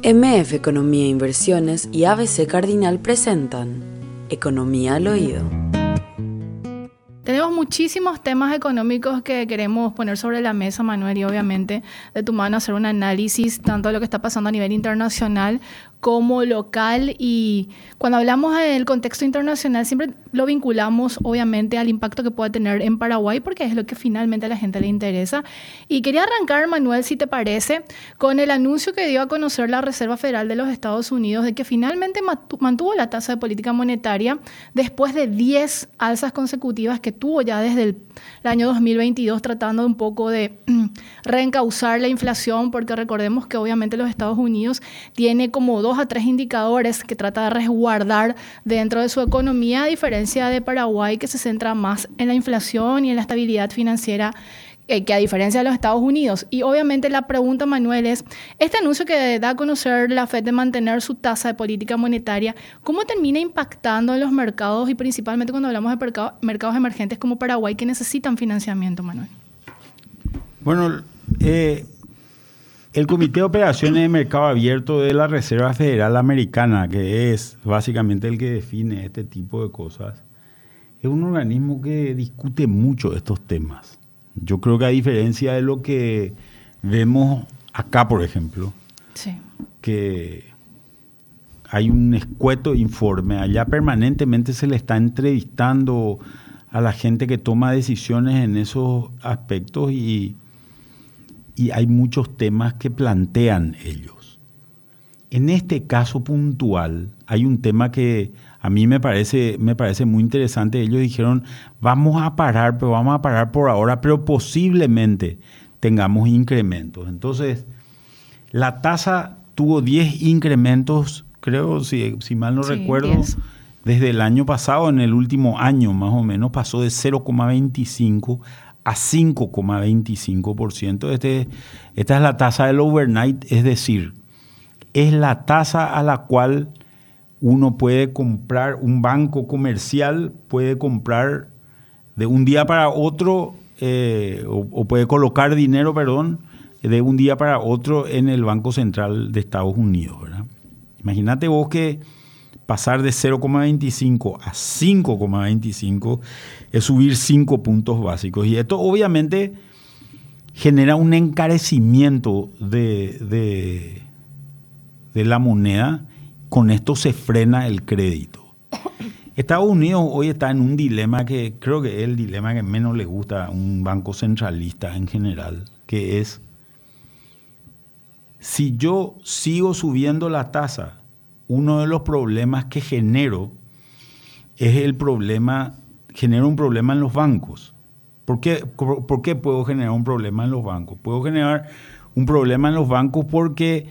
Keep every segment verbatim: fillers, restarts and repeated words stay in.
M F Economía e Inversiones y A B C Cardinal presentan Economía al Oído. Tenemos muchísimos temas económicos que queremos poner sobre la mesa, Manuel, y obviamente de tu mano hacer un análisis tanto de lo que está pasando a nivel internacional como local. Y cuando hablamos del contexto internacional siempre lo vinculamos obviamente al impacto que pueda tener en Paraguay, porque es lo que finalmente a la gente le interesa. Y quería arrancar, Manuel, si te parece, con el anuncio que dio a conocer la Reserva Federal de los Estados Unidos de que finalmente mantuvo la tasa de política monetaria después de diez alzas consecutivas que tuvo ya desde el, el año dos mil veintidós, tratando un poco de reencauzar la inflación, porque recordemos que obviamente los Estados Unidos tiene como dos a tres indicadores que trata de resguardar dentro de su economía, a diferencia de Paraguay, que se centra más en la inflación y en la estabilidad financiera, eh, que a diferencia de los Estados Unidos. Y obviamente la pregunta, Manuel, es, este anuncio que da a conocer la Fed de mantener su tasa de política monetaria, ¿cómo termina impactando en los mercados y principalmente cuando hablamos de mercado, mercados emergentes como Paraguay que necesitan financiamiento, Manuel? Bueno, eh, el Comité de Operaciones de Mercado Abierto de la Reserva Federal Americana, que es básicamente el que define este tipo de cosas, es un organismo que discute mucho estos temas. Yo creo que a diferencia de lo que vemos acá, por ejemplo, sí, que hay un escueto informe, allá permanentemente se le está entrevistando a la gente que toma decisiones en esos aspectos y, y hay muchos temas que plantean ellos. En este caso puntual hay un tema que a mí me parece, me parece muy interesante. Ellos dijeron, vamos a parar, pero vamos a parar por ahora, pero posiblemente tengamos incrementos. Entonces, la tasa tuvo diez incrementos, creo, si, si mal no sí, recuerdo, diez. Desde el año pasado, en el último año más o menos, pasó de cero coma veinticinco a cinco coma veinticinco por ciento. Este, esta es la tasa del overnight, es decir, es la tasa a la cual uno puede comprar, un banco comercial puede comprar de un día para otro, eh, o, o puede colocar dinero, perdón, de un día para otro en el Banco Central de Estados Unidos, ¿verdad? Imagínate vos que pasar de cero coma veinticinco a cinco coma veinticinco es subir cinco puntos básicos. Y esto obviamente genera un encarecimiento de, de, de la moneda. Con esto se frena el crédito. Estados Unidos hoy está en un dilema que creo que es el dilema que menos le gusta a un banco centralista en general, que es, si yo sigo subiendo la tasa, uno de los problemas que genero es el problema, genero un problema en los bancos. ¿Por qué, por, ¿Por qué puedo generar un problema en los bancos? Puedo generar un problema en los bancos porque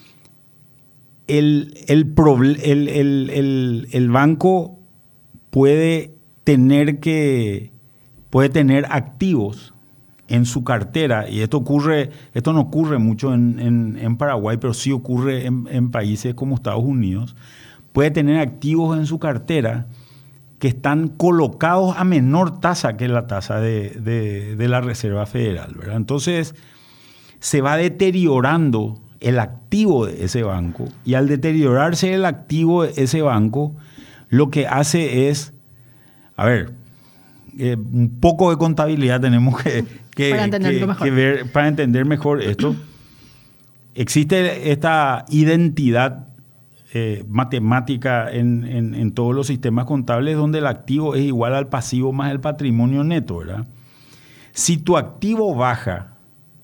el, el, el, el, el, el banco puede tener, que, puede tener activos en su cartera, y esto ocurre, esto no ocurre mucho en, en, en Paraguay, pero sí ocurre en, en países como Estados Unidos, puede tener activos en su cartera que están colocados a menor tasa que la tasa de, de, de la Reserva Federal, ¿verdad? Entonces, se va deteriorando el activo de ese banco, y al deteriorarse el activo de ese banco, lo que hace es, a ver, eh, un poco de contabilidad tenemos que, que, para que, que ver para entender mejor esto. Existe esta identidad eh, matemática en, en, en todos los sistemas contables donde el activo es igual al pasivo más el patrimonio neto, ¿verdad? Si tu activo baja,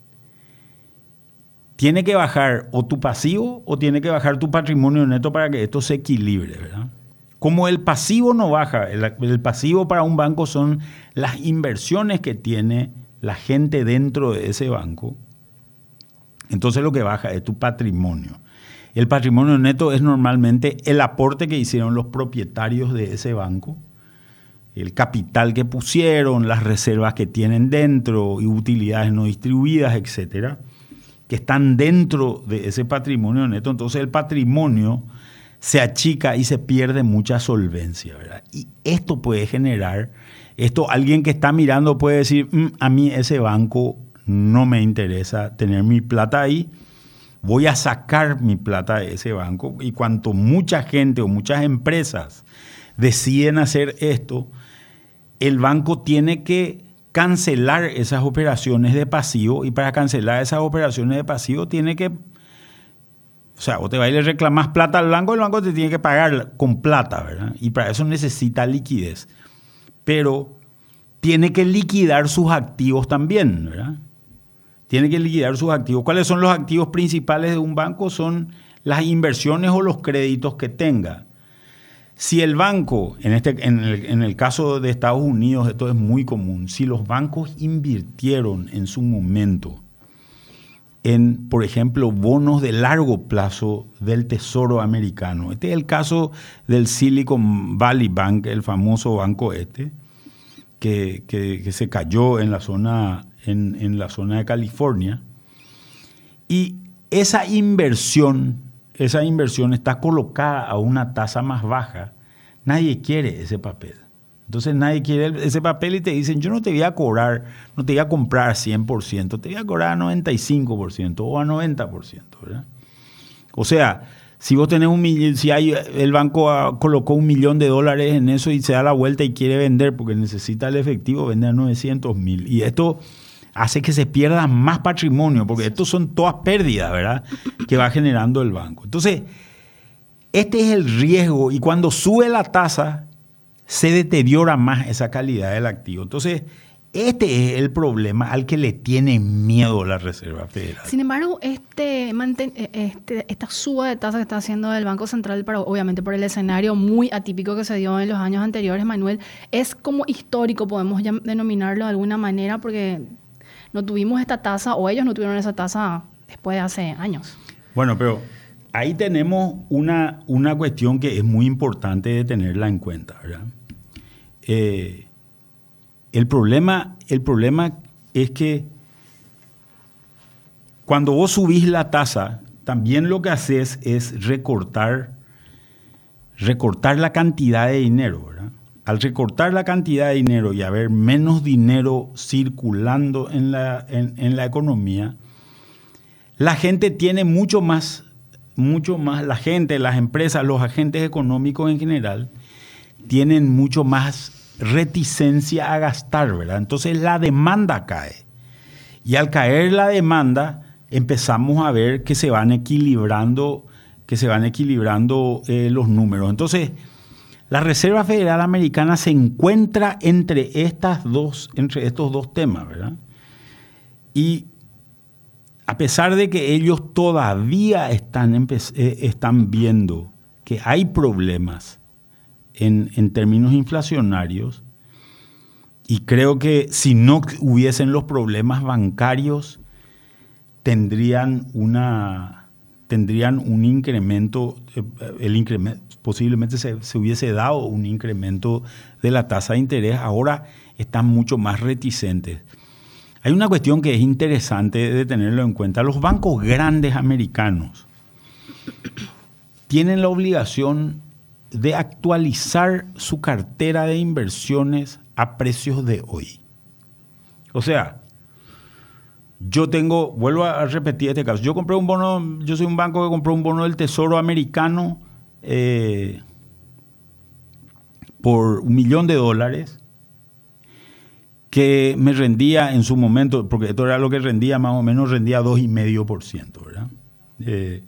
tiene que bajar o tu pasivo o tiene que bajar tu patrimonio neto para que esto se equilibre, ¿verdad? Como el pasivo no baja, el, el pasivo para un banco son las inversiones que tiene la gente dentro de ese banco, entonces lo que baja es tu patrimonio. El patrimonio neto es normalmente el aporte que hicieron los propietarios de ese banco, el capital que pusieron, las reservas que tienen dentro y utilidades no distribuidas, etcétera, que están dentro de ese patrimonio neto. Entonces el patrimonio se achica y se pierde mucha solvencia, ¿verdad? Y esto puede generar, esto alguien que está mirando puede decir, mmm, a mí ese banco no me interesa tener mi plata ahí, voy a sacar mi plata de ese banco. Y cuanto mucha gente o muchas empresas deciden hacer esto, el banco tiene que cancelar esas operaciones de pasivo, y para cancelar esas operaciones de pasivo tiene que, o sea, vos te vas y le reclamás plata al banco, el banco te tiene que pagar con plata, ¿verdad? Y para eso necesita liquidez. Pero tiene que liquidar sus activos también, ¿verdad? Tiene que liquidar sus activos. ¿Cuáles son los activos principales de un banco? Son las inversiones o los créditos que tenga. Si el banco, en, este, en, el, en el caso de Estados Unidos esto es muy común, si los bancos invirtieron en su momento en, por ejemplo, bonos de largo plazo del Tesoro americano. Este es el caso del Silicon Valley Bank, el famoso banco este, que, que, que se cayó en la zona, en, en la zona de California. Y esa inversión, esa inversión está colocada a una tasa más baja. Nadie quiere ese papel. Entonces nadie quiere ese papel y te dicen, yo no te voy a cobrar, no te voy a comprar cien por ciento, te voy a cobrar a noventa y cinco por ciento o a noventa por ciento, ¿verdad? O sea, si vos tenés un millón, si hay, el banco a, colocó un millón de dólares en eso y se da la vuelta y quiere vender porque necesita el efectivo, vende a novecientos mil. Y esto hace que se pierda más patrimonio, porque estos son todas pérdidas, ¿verdad?, que va generando el banco. Entonces, este es el riesgo, y cuando sube la tasa, se deteriora más esa calidad del activo. Entonces, este es el problema al que le tiene miedo la Reserva Federal. Sin embargo, este, manten, este, esta suba de tasa que está haciendo el Banco Central, pero obviamente por el escenario muy atípico que se dio en los años anteriores, Manuel, es como histórico, podemos ya denominarlo de alguna manera, porque no tuvimos esta tasa, o ellos no tuvieron esa tasa después de hace años. Bueno, pero ahí tenemos una, una cuestión que es muy importante de tenerla en cuenta, ¿verdad? Eh, el problema, el problema es que cuando vos subís la tasa, también lo que haces es recortar, recortar la cantidad de dinero, ¿verdad? Al recortar la cantidad de dinero y haber menos dinero circulando en la, en, en la economía, la gente tiene mucho más, mucho más, la gente, las empresas, los agentes económicos en general, tienen mucho más reticencia a gastar, ¿verdad? Entonces la demanda cae. Y al caer la demanda, empezamos a ver que se van equilibrando, que se van equilibrando eh, los números. Entonces, la Reserva Federal Americana se encuentra entre estas dos, entre estos dos temas, ¿verdad? Y a pesar de que ellos todavía están, empe- eh, están viendo que hay problemas En, en términos inflacionarios, y creo que si no hubiesen los problemas bancarios, tendrían, una, tendrían un incremento, el incremento posiblemente se, se hubiese dado un incremento de la tasa de interés. Ahora están mucho más reticentes. Hay una cuestión que es interesante de tenerlo en cuenta. Los bancos grandes americanos tienen la obligación de actualizar su cartera de inversiones a precios de hoy. O sea, yo tengo, vuelvo a repetir este caso, yo compré un bono, yo soy un banco que compró un bono del Tesoro americano eh, por un millón de dólares que me rendía en su momento, porque esto era lo que rendía, más o menos rendía dos coma cinco por ciento, ¿verdad? Eh,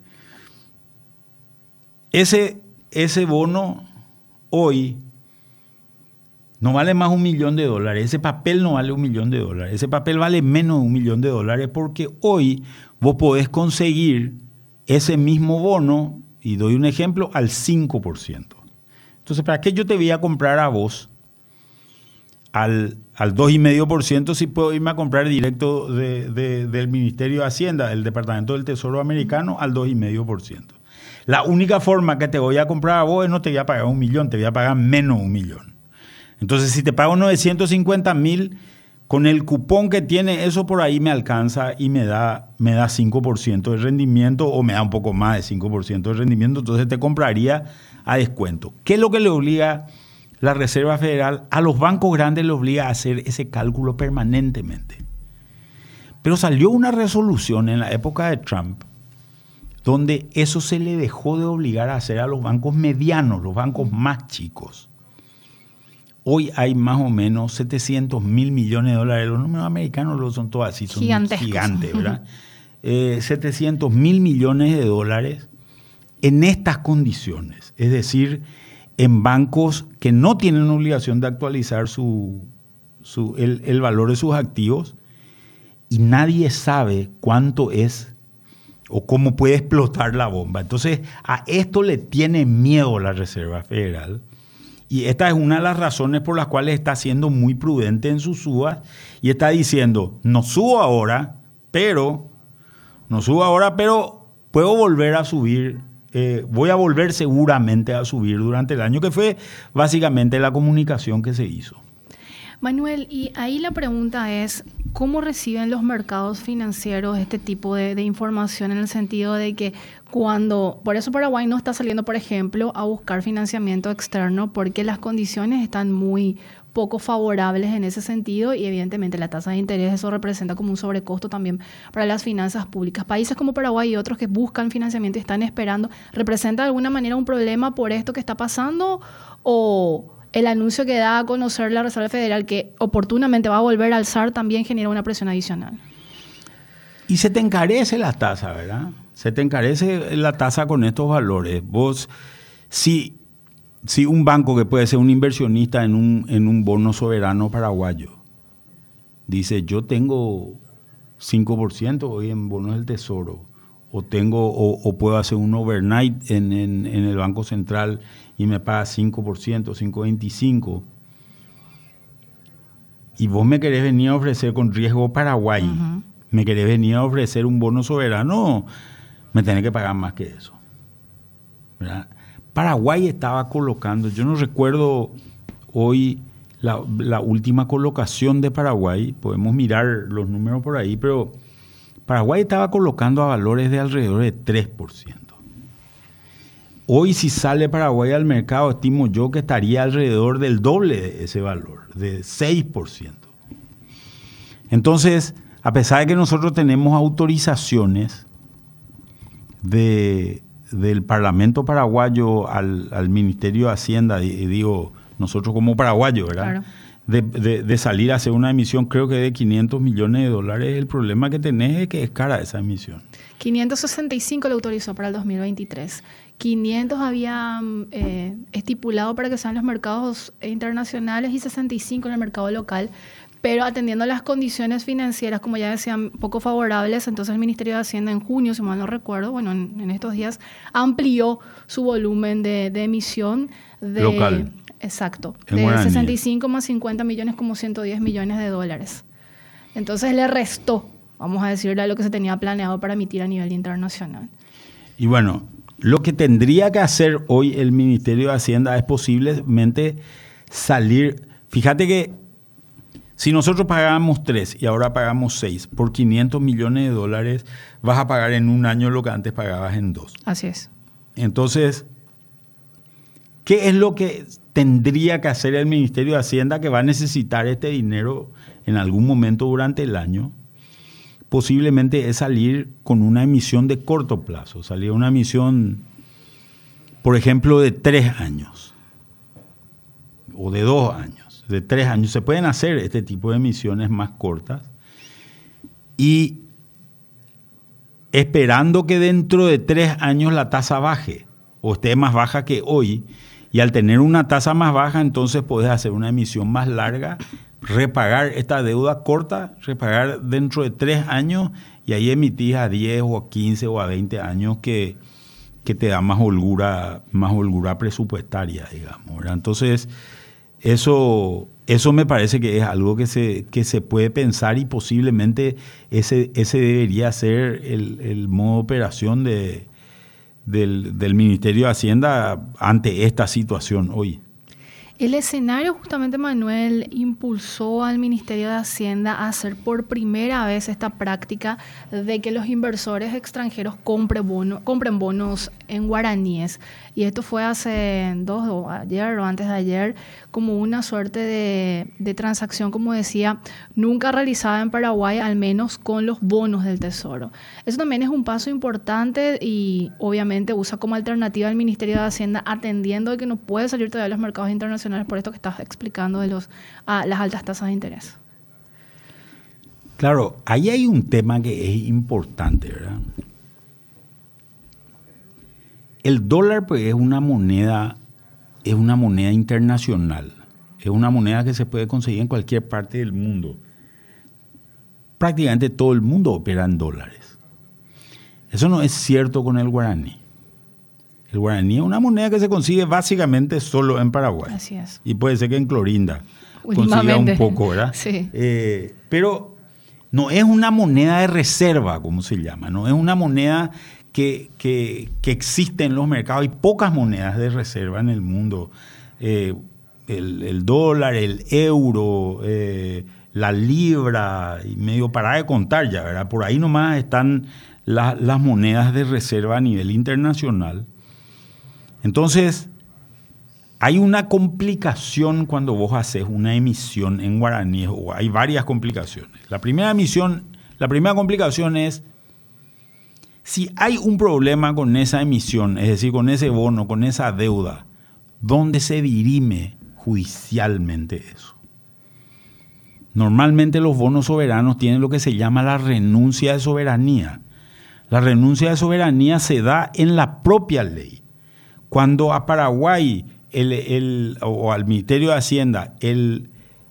ese Ese bono hoy no vale más un millón de dólares. Ese papel no vale un millón de dólares. Ese papel vale menos de un millón de dólares porque hoy vos podés conseguir ese mismo bono, y doy un ejemplo, al cinco por ciento. Entonces, ¿para qué yo te voy a comprar a vos al, al dos coma cinco por ciento si puedo irme a comprar directo de, de, del Ministerio de Hacienda, del Departamento del Tesoro americano, al dos coma cinco por ciento? La única forma que te voy a comprar a vos es no te voy a pagar un millón, te voy a pagar menos de un millón. Entonces, si te pago novecientos cincuenta mil, con el cupón que tiene, eso por ahí me alcanza y me da, me da cinco por ciento de rendimiento, o me da un poco más de cinco por ciento de rendimiento, entonces te compraría a descuento. ¿Qué es lo que le obliga la Reserva Federal? A los bancos grandes le obliga a hacer ese cálculo permanentemente. Pero salió una resolución en la época de Trump donde eso se le dejó de obligar a hacer a los bancos medianos, los bancos más chicos. Hoy hay más o menos setecientos mil millones de dólares. Los números americanos los son todos así, son gigantes, ¿verdad? eh, setecientos mil millones de dólares en estas condiciones. Es decir, en bancos que no tienen obligación de actualizar su, su, el, el valor de sus activos y nadie sabe cuánto es o cómo puede explotar la bomba. Entonces, a esto le tiene miedo la Reserva Federal. Y esta es una de las razones por las cuales está siendo muy prudente en sus subas y está diciendo, no subo ahora, pero, no subo ahora, pero puedo volver a subir, eh, voy a volver seguramente a subir durante el año, que fue básicamente la comunicación que se hizo. Manuel, y ahí la pregunta es, ¿cómo reciben los mercados financieros este tipo de, de información en el sentido de que cuando, por eso Paraguay no está saliendo, por ejemplo, a buscar financiamiento externo porque las condiciones están muy poco favorables en ese sentido y evidentemente la tasa de interés, eso representa como un sobrecosto también para las finanzas públicas. Países como Paraguay y otros que buscan financiamiento y están esperando, ¿representa de alguna manera un problema por esto que está pasando o el anuncio que da a conocer la Reserva Federal que oportunamente va a volver a alzar también genera una presión adicional? Y se te encarece la tasa, ¿verdad? Se te encarece la tasa con estos valores. Vos, si, si un banco que puede ser un inversionista en un, en un bono soberano paraguayo dice, yo tengo cinco por ciento hoy en bonos del Tesoro, o tengo o, o puedo hacer un overnight en, en, en el Banco Central y me paga cinco por ciento, cinco punto veinticinco por ciento, y vos me querés venir a ofrecer con riesgo Paraguay, uh-huh. me querés venir a ofrecer un bono soberano, me tenés que pagar más que eso, ¿verdad? Paraguay estaba colocando, yo no recuerdo hoy la, la última colocación de Paraguay, podemos mirar los números por ahí, pero Paraguay estaba colocando a valores de alrededor de tres por ciento. Hoy si sale Paraguay al mercado, estimo yo que estaría alrededor del doble de ese valor, de seis por ciento. Entonces, a pesar de que nosotros tenemos autorizaciones de, del Parlamento paraguayo al, al Ministerio de Hacienda, y digo, nosotros como paraguayos, ¿verdad? Claro. De, de, de salir a hacer una emisión, creo que de quinientos millones de dólares. El problema que tenés es que es cara esa emisión. quinientos sesenta y cinco lo autorizó para el dos mil veintitrés. quinientos había eh, estipulado para que sean los mercados internacionales y sesenta y cinco en el mercado local. Pero atendiendo a las condiciones financieras, como ya decían, poco favorables, entonces el Ministerio de Hacienda en junio, si mal no recuerdo, bueno, en, en estos días, amplió su volumen de, de emisión de... Local. Exacto, de sesenta y cinco más cincuenta millones como ciento diez millones de dólares. Entonces le restó, vamos a decirle, a lo que se tenía planeado para emitir a nivel internacional. Y bueno, lo que tendría que hacer hoy el Ministerio de Hacienda es posiblemente salir, fíjate que si nosotros pagábamos tres y ahora pagamos seis, por quinientos millones de dólares vas a pagar en un año lo que antes pagabas en dos. Así es. Entonces, ¿qué es lo que tendría que hacer el Ministerio de Hacienda, que va a necesitar este dinero en algún momento durante el año? Posiblemente es salir con una emisión de corto plazo, salir una emisión, por ejemplo, de tres años o de dos años, de tres años. Se pueden hacer este tipo de emisiones más cortas y esperando que dentro de tres años la tasa baje o esté más baja que hoy. Y al tener una tasa más baja, entonces podés hacer una emisión más larga, repagar esta deuda corta, repagar dentro de tres años y ahí emitís a diez o a quince o a veinte años que, que te da más holgura, más holgura presupuestaria, digamos, ¿verdad? Entonces, eso, eso me parece que es algo que se, que se puede pensar y posiblemente ese, ese debería ser el, el modo de operación de... Del, del Ministerio de Hacienda ante esta situación hoy. El escenario, justamente, Manuel, impulsó al Ministerio de Hacienda a hacer por primera vez esta práctica de que los inversores extranjeros compren, bono, compren bonos en guaraníes. Y esto fue hace dos, o ayer o antes de ayer, como una suerte de, de transacción, como decía, nunca realizada en Paraguay, al menos con los bonos del Tesoro. Eso también es un paso importante y obviamente usa como alternativa al Ministerio de Hacienda, atendiendo de que no puede salir todavía a los mercados internacionales por esto que estás explicando de los, ah, las altas tasas de interés. Claro, ahí hay un tema que es importante, ¿verdad? El dólar, pues, es una moneda, es una moneda internacional. Es una moneda que se puede conseguir en cualquier parte del mundo. Prácticamente todo el mundo opera en dólares. Eso no es cierto con el guaraní. El guaraní es una moneda que se consigue básicamente solo en Paraguay. Así es. Y puede ser que en Clorinda consiga un poco, ¿verdad? Sí. Eh, pero no es una moneda de reserva, como se llama. No es una moneda que, que, que existe en los mercados. Hay pocas monedas de reserva en el mundo. Eh, el, el dólar, el euro, eh, la libra, y medio para de contar ya, ¿verdad? Por ahí nomás están la, las monedas de reserva a nivel internacional. Entonces, hay una complicación cuando vos haces una emisión en guaraníes, o hay varias complicaciones. La primera emisión, la primera complicación es si hay un problema con esa emisión, es decir, con ese bono, con esa deuda, ¿dónde se dirime judicialmente eso? Normalmente los bonos soberanos tienen lo que se llama la renuncia de soberanía. La renuncia de soberanía se da en la propia ley. Cuando a Paraguay el, el, o al Ministerio de Hacienda el,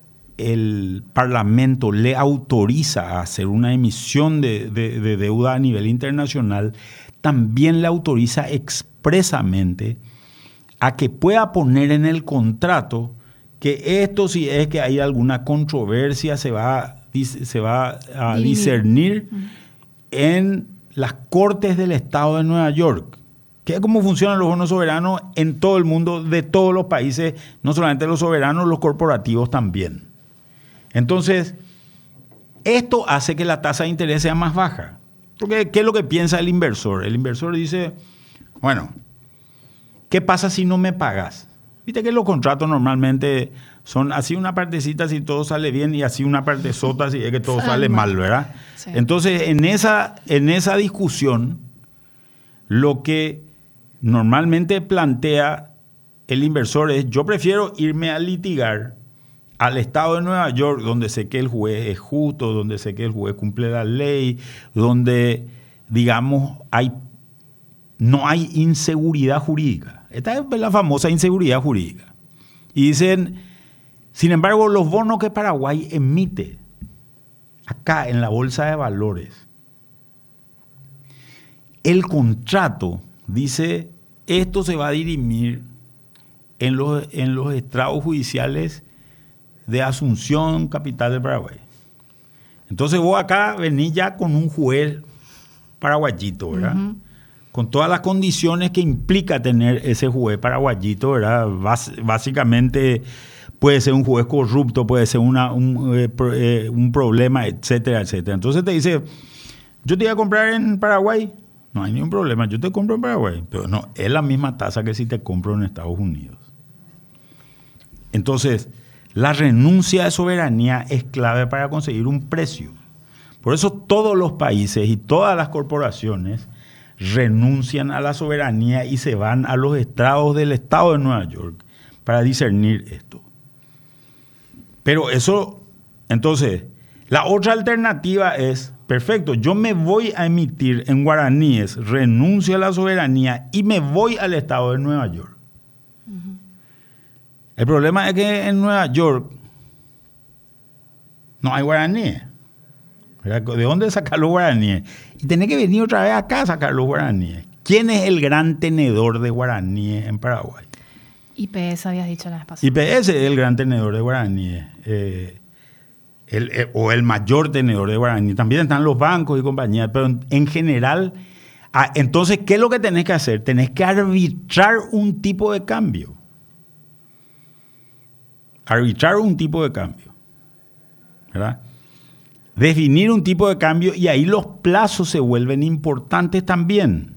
el Parlamento le autoriza a hacer una emisión de, de, de deuda a nivel internacional, también le autoriza expresamente a que pueda poner en el contrato que esto, si es que hay alguna controversia, se va, se va a discernir en las Cortes del Estado de Nueva York. Que es cómo funcionan los bonos soberanos en todo el mundo, de todos los países, no solamente los soberanos, los corporativos también. Entonces, esto hace que la tasa de interés sea más baja. Porque, ¿qué es lo que piensa el inversor? El inversor dice, bueno, ¿qué pasa si no me pagas? Viste que los contratos normalmente son así una partecita si todo sale bien y así una parte sota si es que todo sale mal, ¿verdad? Sí. Entonces, en esa, en esa discusión, lo que normalmente plantea el inversor es, yo prefiero irme a litigar al Estado de Nueva York, donde sé que el juez es justo, donde sé que el juez cumple la ley, donde, digamos, hay, no hay inseguridad jurídica. Esta es la famosa inseguridad jurídica. Y dicen, sin embargo, los bonos que Paraguay emite acá en la Bolsa de Valores, el contrato dice, esto se va a dirimir en los, en los estrados judiciales de Asunción, capital de Paraguay. Entonces vos acá venís ya con un juez paraguayito, ¿verdad? Uh-huh. Con todas las condiciones que implica tener ese juez paraguayito, ¿verdad? Bás, básicamente puede ser un juez corrupto, puede ser una, un, eh, eh, un problema, etcétera, etcétera. Entonces te dice, yo te voy a comprar en Paraguay. No hay ningún problema, yo te compro en Paraguay. Pero no, es la misma tasa que si te compro en Estados Unidos. Entonces, la renuncia de soberanía es clave para conseguir un precio. Por eso todos los países y todas las corporaciones renuncian a la soberanía y se van a los estrados del Estado de Nueva York para discernir esto. Pero eso, entonces, la otra alternativa es, perfecto, yo me voy a emitir en guaraníes, renuncio a la soberanía y me voy al Estado de Nueva York. Uh-huh. El problema es que en Nueva York no hay guaraníes. ¿De dónde sacar los guaraníes? Y tenés que venir otra vez acá a sacar los guaraníes. ¿Quién es el gran tenedor de guaraníes en Paraguay? I P S habías dicho la vez pasada. I P S es el gran tenedor de guaraníes. Eh, el, el, o el mayor tenedor de guaraníes. También están los bancos y compañías, pero en, en general... Ah, entonces, ¿qué es lo que tenés que hacer? Tenés que arbitrar un tipo de cambio. arbitrar un tipo de cambio, ¿verdad? Definir un tipo de cambio, y ahí los plazos se vuelven importantes también.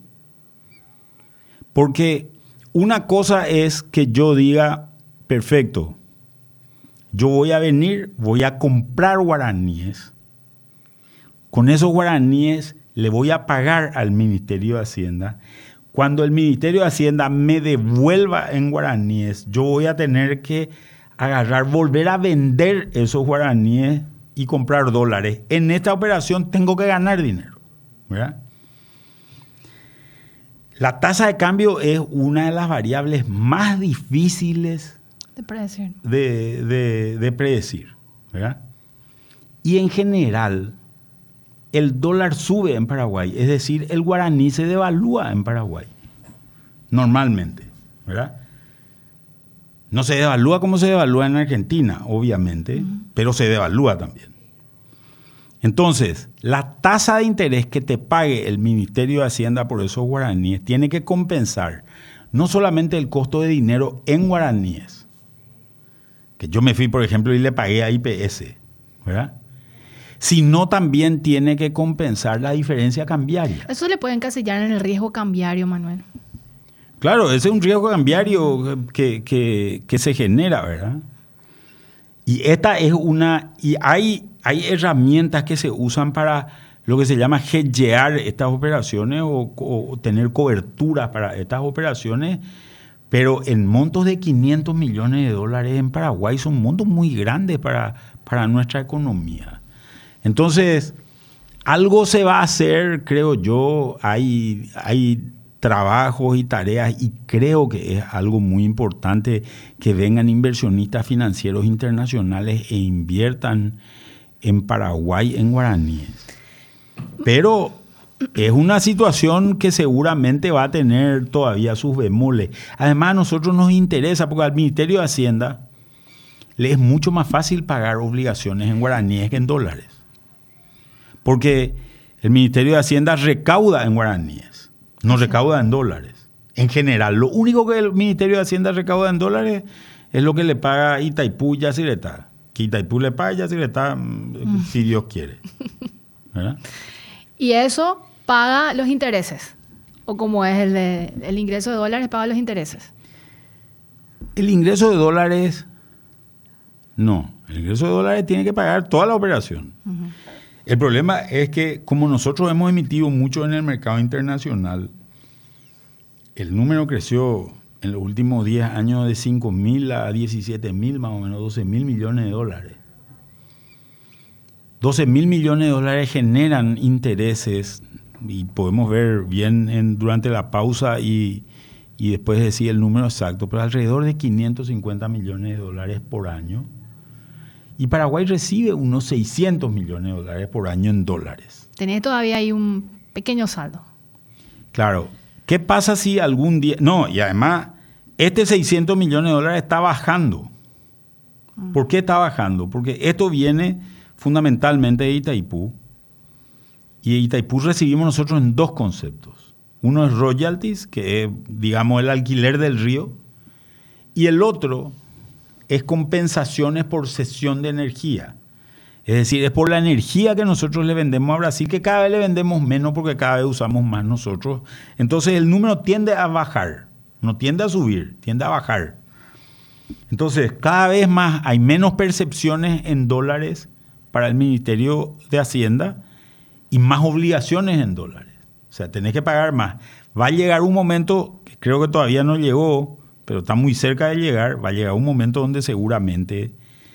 Porque una cosa es que yo diga, perfecto, yo voy a venir, voy a comprar guaraníes. Con esos guaraníes le voy a pagar al Ministerio de Hacienda. Cuando el Ministerio de Hacienda me devuelva en guaraníes, yo voy a tener que agarrar, volver a vender esos guaraníes y comprar dólares. En esta operación tengo que ganar dinero, ¿verdad? La tasa de cambio es una de las variables más difíciles de predecir, de, de, de predecir, ¿verdad? Y en general, el dólar sube en Paraguay, es decir, el guaraní se devalúa en Paraguay, normalmente, ¿verdad? No se devalúa como se devalúa en Argentina, obviamente, uh-huh. pero se devalúa también. Entonces, la tasa de interés que te pague el Ministerio de Hacienda por esos guaraníes tiene que compensar no solamente el costo de dinero en guaraníes, que yo me fui, por ejemplo, y le pagué a I P S, ¿verdad? Sino también tiene que compensar la diferencia cambiaria. Eso le puede encasillar en el riesgo cambiario, Manuel. Claro, ese es un riesgo cambiario que, que, que se genera, ¿verdad? Y esta es una... Y hay, hay herramientas que se usan para lo que se llama hedgear estas operaciones o, o tener coberturas para estas operaciones, pero en montos de quinientos millones de dólares en Paraguay son montos muy grandes para, para nuestra economía. Entonces, algo se va a hacer, creo yo, hay, hay trabajos y tareas, y creo que es algo muy importante que vengan inversionistas financieros internacionales e inviertan en Paraguay en guaraníes. Pero es una situación que seguramente va a tener todavía sus bemoles. Además, a nosotros nos interesa, porque al Ministerio de Hacienda le es mucho más fácil pagar obligaciones en guaraníes que en dólares. Porque el Ministerio de Hacienda recauda en guaraníes, no recauda en dólares. En general, lo único que el Ministerio de Hacienda recauda en dólares es lo que le paga Itaipú y Yacyretá. Que Itaipú le paga y Yacyretá, mm. si Dios quiere. ¿Verdad? Y eso paga los intereses. O como es el, de, el ingreso de dólares, paga los intereses. El ingreso de dólares, no. El ingreso de dólares tiene que pagar toda la operación. Uh-huh. El problema es que, como nosotros hemos emitido mucho en el mercado internacional, el número creció en los últimos diez años de cinco mil a diecisiete mil, más o menos doce mil millones de dólares. doce mil millones de dólares generan intereses, y podemos ver bien en, durante la pausa y, y después decir el número exacto, pero alrededor de quinientos cincuenta millones de dólares por año. Y Paraguay recibe unos seiscientos millones de dólares por año en dólares. Tenés todavía ahí un pequeño saldo. Claro. ¿Qué pasa si algún día... No, y además, este seiscientos millones de dólares está bajando. ¿Por qué está bajando? Porque esto viene fundamentalmente de Itaipú. Y de Itaipú recibimos nosotros en dos conceptos. Uno es royalties, que es, digamos, el alquiler del río. Y el otro es compensaciones por cesión de energía. Es decir, es por la energía que nosotros le vendemos a Brasil, que cada vez le vendemos menos porque cada vez usamos más nosotros. Entonces el número tiende a bajar, no tiende a subir, tiende a bajar. Entonces cada vez más hay menos percepciones en dólares para el Ministerio de Hacienda y más obligaciones en dólares. O sea, tenés que pagar más. Va a llegar un momento, que creo que todavía no llegó, pero está muy cerca de llegar, va a llegar un momento donde seguramente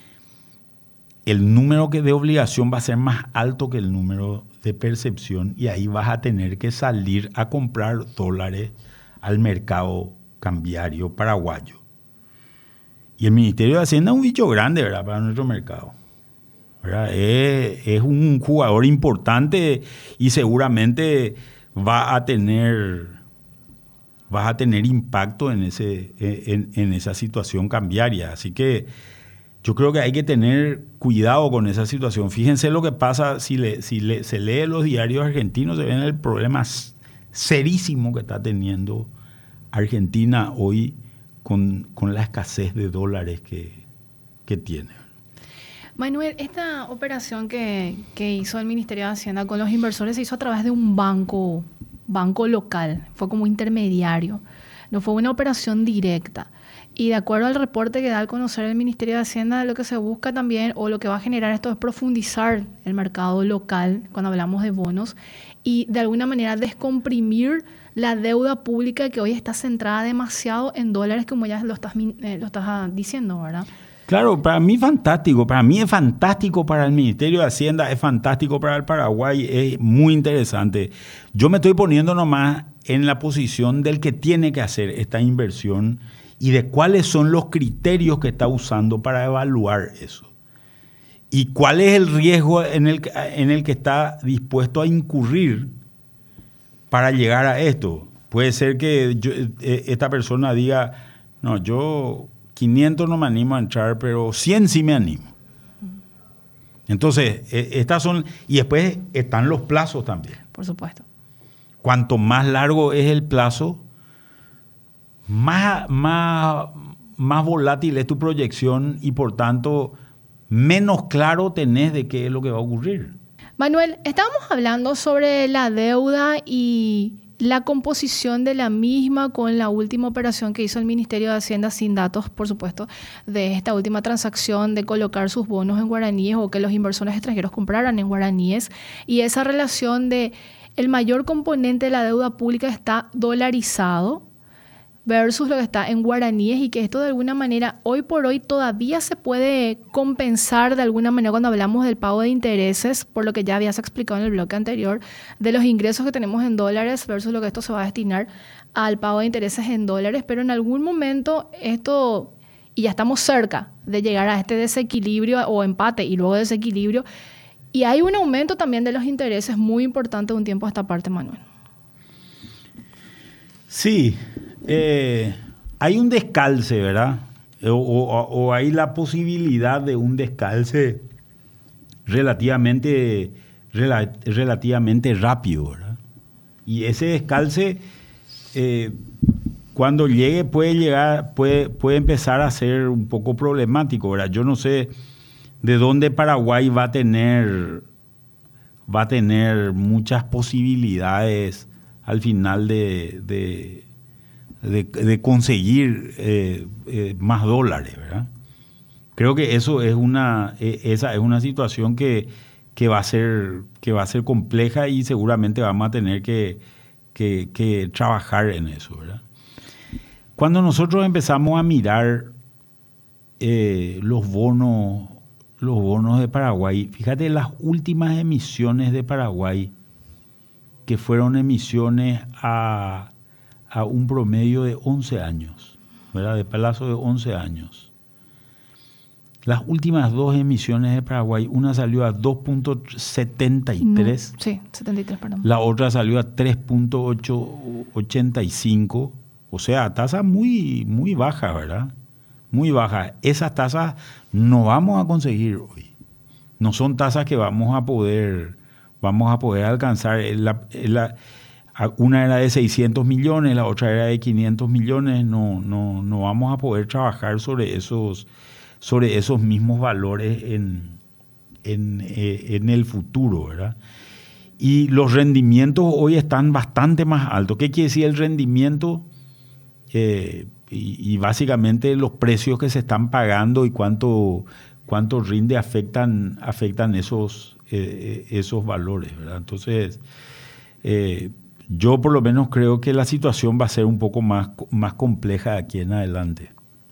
el número de obligación va a ser más alto que el número de percepción, y ahí vas a tener que salir a comprar dólares al mercado cambiario paraguayo. Y el Ministerio de Hacienda es un bicho grande, ¿verdad?, para nuestro mercado. ¿Verdad? Es, es un jugador importante y seguramente va a tener... vas a tener impacto en, ese, en, en esa situación cambiaria. Así que yo creo que hay que tener cuidado con esa situación. Fíjense lo que pasa si, le, si le, se lee los diarios argentinos, se ven el problema serísimo que está teniendo Argentina hoy con, con la escasez de dólares que, que tiene. Manuel, esta operación que, que hizo el Ministerio de Hacienda con los inversores se hizo a través de un banco, banco local, fue como intermediario, no fue una operación directa. Y de acuerdo al reporte que da al conocer el Ministerio de Hacienda, lo que se busca también, o lo que va a generar esto, es profundizar el mercado local cuando hablamos de bonos y de alguna manera descomprimir la deuda pública que hoy está centrada demasiado en dólares, como ya lo estás, eh, lo estás diciendo, ¿verdad? Claro, para mí fantástico, para mí es fantástico para el Ministerio de Hacienda, es fantástico para el Paraguay, es muy interesante. Yo me estoy poniendo nomás en la posición del que tiene que hacer esta inversión y de cuáles son los criterios que está usando para evaluar eso. Y cuál es el riesgo en el, en el que está dispuesto a incurrir para llegar a esto. Puede ser que yo, esta persona diga, no, yo quinientos no me animo a entrar, pero cien sí me animo. Entonces, estas son, y después están los plazos también. Por supuesto. Cuanto más largo es el plazo, Más, más, más volátil es tu proyección y por tanto menos claro tenés de qué es lo que va a ocurrir. Manuel, estábamos hablando sobre la deuda y la composición de la misma con la última operación que hizo el Ministerio de Hacienda, sin datos, por supuesto, de esta última transacción de colocar sus bonos en guaraníes o que los inversores extranjeros compraran en guaraníes, y esa relación de el mayor componente de la deuda pública está dolarizado versus lo que está en guaraníes, y que esto de alguna manera hoy por hoy todavía se puede compensar de alguna manera cuando hablamos del pago de intereses, por lo que ya habías explicado en el bloque anterior, de los ingresos que tenemos en dólares versus lo que esto se va a destinar al pago de intereses en dólares, pero en algún momento esto, y ya estamos cerca de llegar a este desequilibrio o empate y luego desequilibrio, y hay un aumento también de los intereses muy importante de un tiempo a esta parte, Manuel. Sí. Eh, hay un descalce, ¿verdad? O, o, o hay la posibilidad de un descalce relativamente, rela, relativamente rápido, ¿verdad? Y ese descalce, eh, cuando llegue, puede llegar, puede, puede empezar a ser un poco problemático, ¿verdad? Yo no sé de dónde Paraguay va a tener, va a tener muchas posibilidades al final de, de De, de conseguir eh, eh, más dólares, ¿verdad? Creo que eso es una, eh, esa es una situación que, que, va a ser, que va a ser compleja y seguramente vamos a tener que, que, que trabajar en eso, ¿verdad? Cuando nosotros empezamos a mirar eh, los bonos, los bonos de Paraguay, fíjate las últimas emisiones de Paraguay, que fueron emisiones a a un promedio de once años, ¿verdad? De plazo de once años. Las últimas dos emisiones de Paraguay, una salió a dos punto setenta y tres, no, sí, setenta y tres, perdón. La otra salió a tres punto ochenta y cinco, o sea, tasa muy, muy baja, ¿verdad? Muy baja. Esas tasas no vamos a conseguir hoy. No son tasas que vamos a poder, vamos a poder alcanzar. La, la, Una era de seiscientos millones, la otra era de quinientos millones. No, no, no vamos a poder trabajar sobre esos, sobre esos mismos valores en, en, eh, en el futuro, ¿verdad? Y los rendimientos hoy están bastante más altos. ¿Qué quiere decir el rendimiento? Eh, y, y básicamente los precios que se están pagando y cuánto, cuánto rinde afectan, afectan esos, eh, esos valores, ¿verdad? Entonces, eh, yo por lo menos creo que la situación va a ser un poco más, más compleja de aquí en adelante.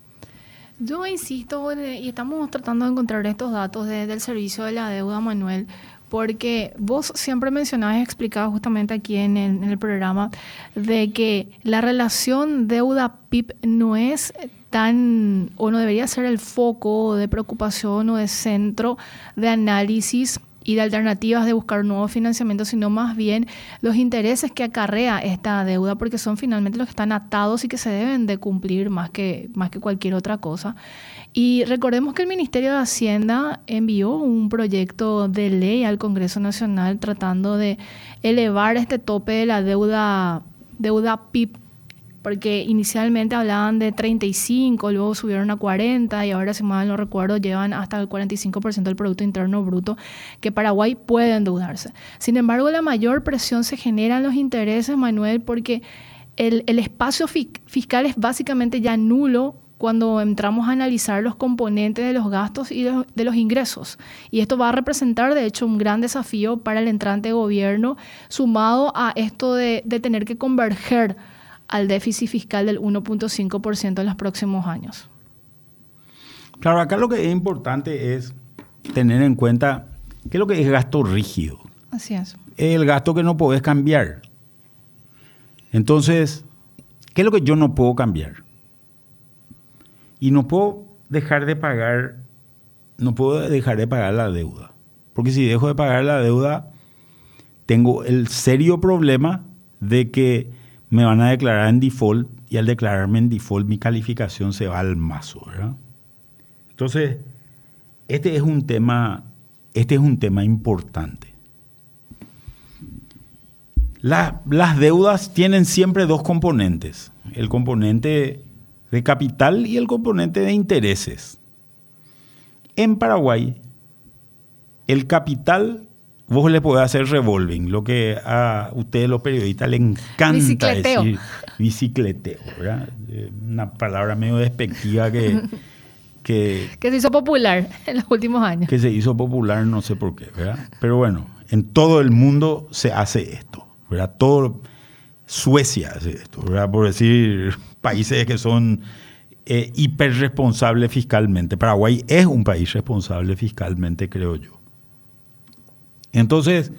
Yo insisto, y estamos tratando de encontrar estos datos de, del servicio de la deuda, Manuel, porque vos siempre mencionabas y explicabas justamente aquí en el, en el programa de que la relación deuda-P I B no es tan, o no debería ser el foco de preocupación o de centro de análisis y de alternativas de buscar nuevos financiamientos, sino más bien los intereses que acarrea esta deuda, porque son finalmente los que están atados y que se deben de cumplir más que, más que cualquier otra cosa. Y recordemos que el Ministerio de Hacienda envió un proyecto de ley al Congreso Nacional tratando de elevar este tope de la deuda, deuda P I B porque inicialmente hablaban de treinta y cinco, luego subieron a cuarenta y ahora, si mal no recuerdo, llevan hasta el cuarenta y cinco por ciento del Producto Interno Bruto, que Paraguay puede endeudarse. Sin embargo, la mayor presión se genera en los intereses, Manuel, porque el, el espacio fi- fiscal es básicamente ya nulo cuando entramos a analizar los componentes de los gastos y de los, de los ingresos. Y esto va a representar, de hecho, un gran desafío para el entrante gobierno, sumado a esto de, de tener que converger al déficit fiscal del uno punto cinco por ciento en los próximos años. Claro, acá lo que es importante es tener en cuenta qué es lo que es gasto rígido. Así es. Es el gasto que no podés cambiar. Entonces, ¿qué es lo que yo no puedo cambiar? Y no puedo dejar de pagar, no puedo dejar de pagar la deuda. Porque si dejo de pagar la deuda, tengo el serio problema de que me van a declarar en default, y al declararme en default mi calificación se va al mazo, ¿verdad? Entonces, este es un tema, este es un tema importante. La, las deudas tienen siempre dos componentes: el componente de capital y el componente de intereses. En Paraguay, el capital vos le podés hacer revolving, lo que a ustedes los periodistas les encanta Bicicleteo. decir bicicleteo, ¿verdad? Una palabra medio despectiva que, que, Que se hizo popular en los últimos años. que se hizo popular, no sé por qué, ¿verdad? Pero bueno, en todo el mundo se hace esto, ¿verdad? Todo, Suecia hace esto, ¿verdad? Por decir países que son eh, hiperresponsables fiscalmente. Paraguay es un país responsable fiscalmente, creo yo. Entonces,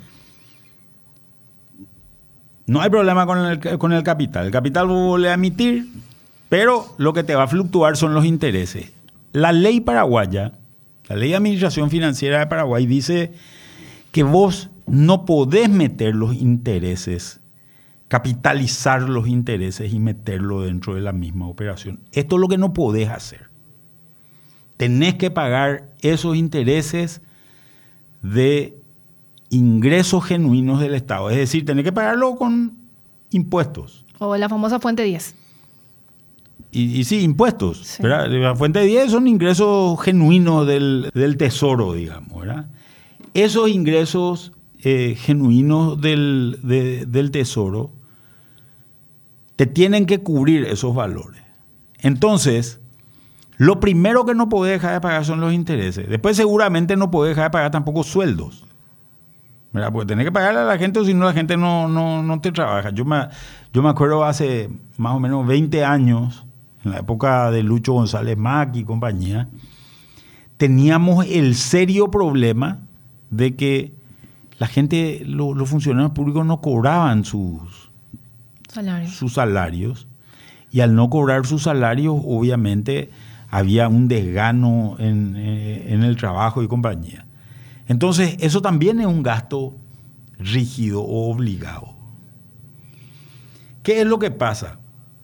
no hay problema con el, con el capital. El capital vos volvés a emitir, pero lo que te va a fluctuar son los intereses. La ley paraguaya, la ley de administración financiera de Paraguay dice que vos no podés meter los intereses, capitalizar los intereses y meterlo dentro de la misma operación. Esto es lo que no podés hacer. Tenés que pagar esos intereses de ingresos genuinos del Estado. Es decir, tenés que pagarlo con impuestos. O la famosa fuente diez. Y, y sí, impuestos. Sí. ¿Verdad? La fuente diez son ingresos genuinos del, del tesoro, digamos, ¿verdad? Esos ingresos eh, genuinos del, de, del tesoro te tienen que cubrir esos valores. Entonces, lo primero que no podés dejar de pagar son los intereses. Después seguramente no podés dejar de pagar tampoco sueldos, ¿verdad? Porque tenés que pagarle a la gente, o si no la gente no, no, no te trabaja. Yo me, yo me acuerdo hace más o menos veinte años, en la época de Lucho González Mac y compañía, teníamos el serio problema de que la gente, lo, los funcionarios públicos no cobraban sus Salario. sus salarios, y al no cobrar sus salarios, obviamente había un desgano en, eh, en el trabajo y compañía. Entonces, eso también es un gasto rígido o obligado. ¿Qué es lo que pasa?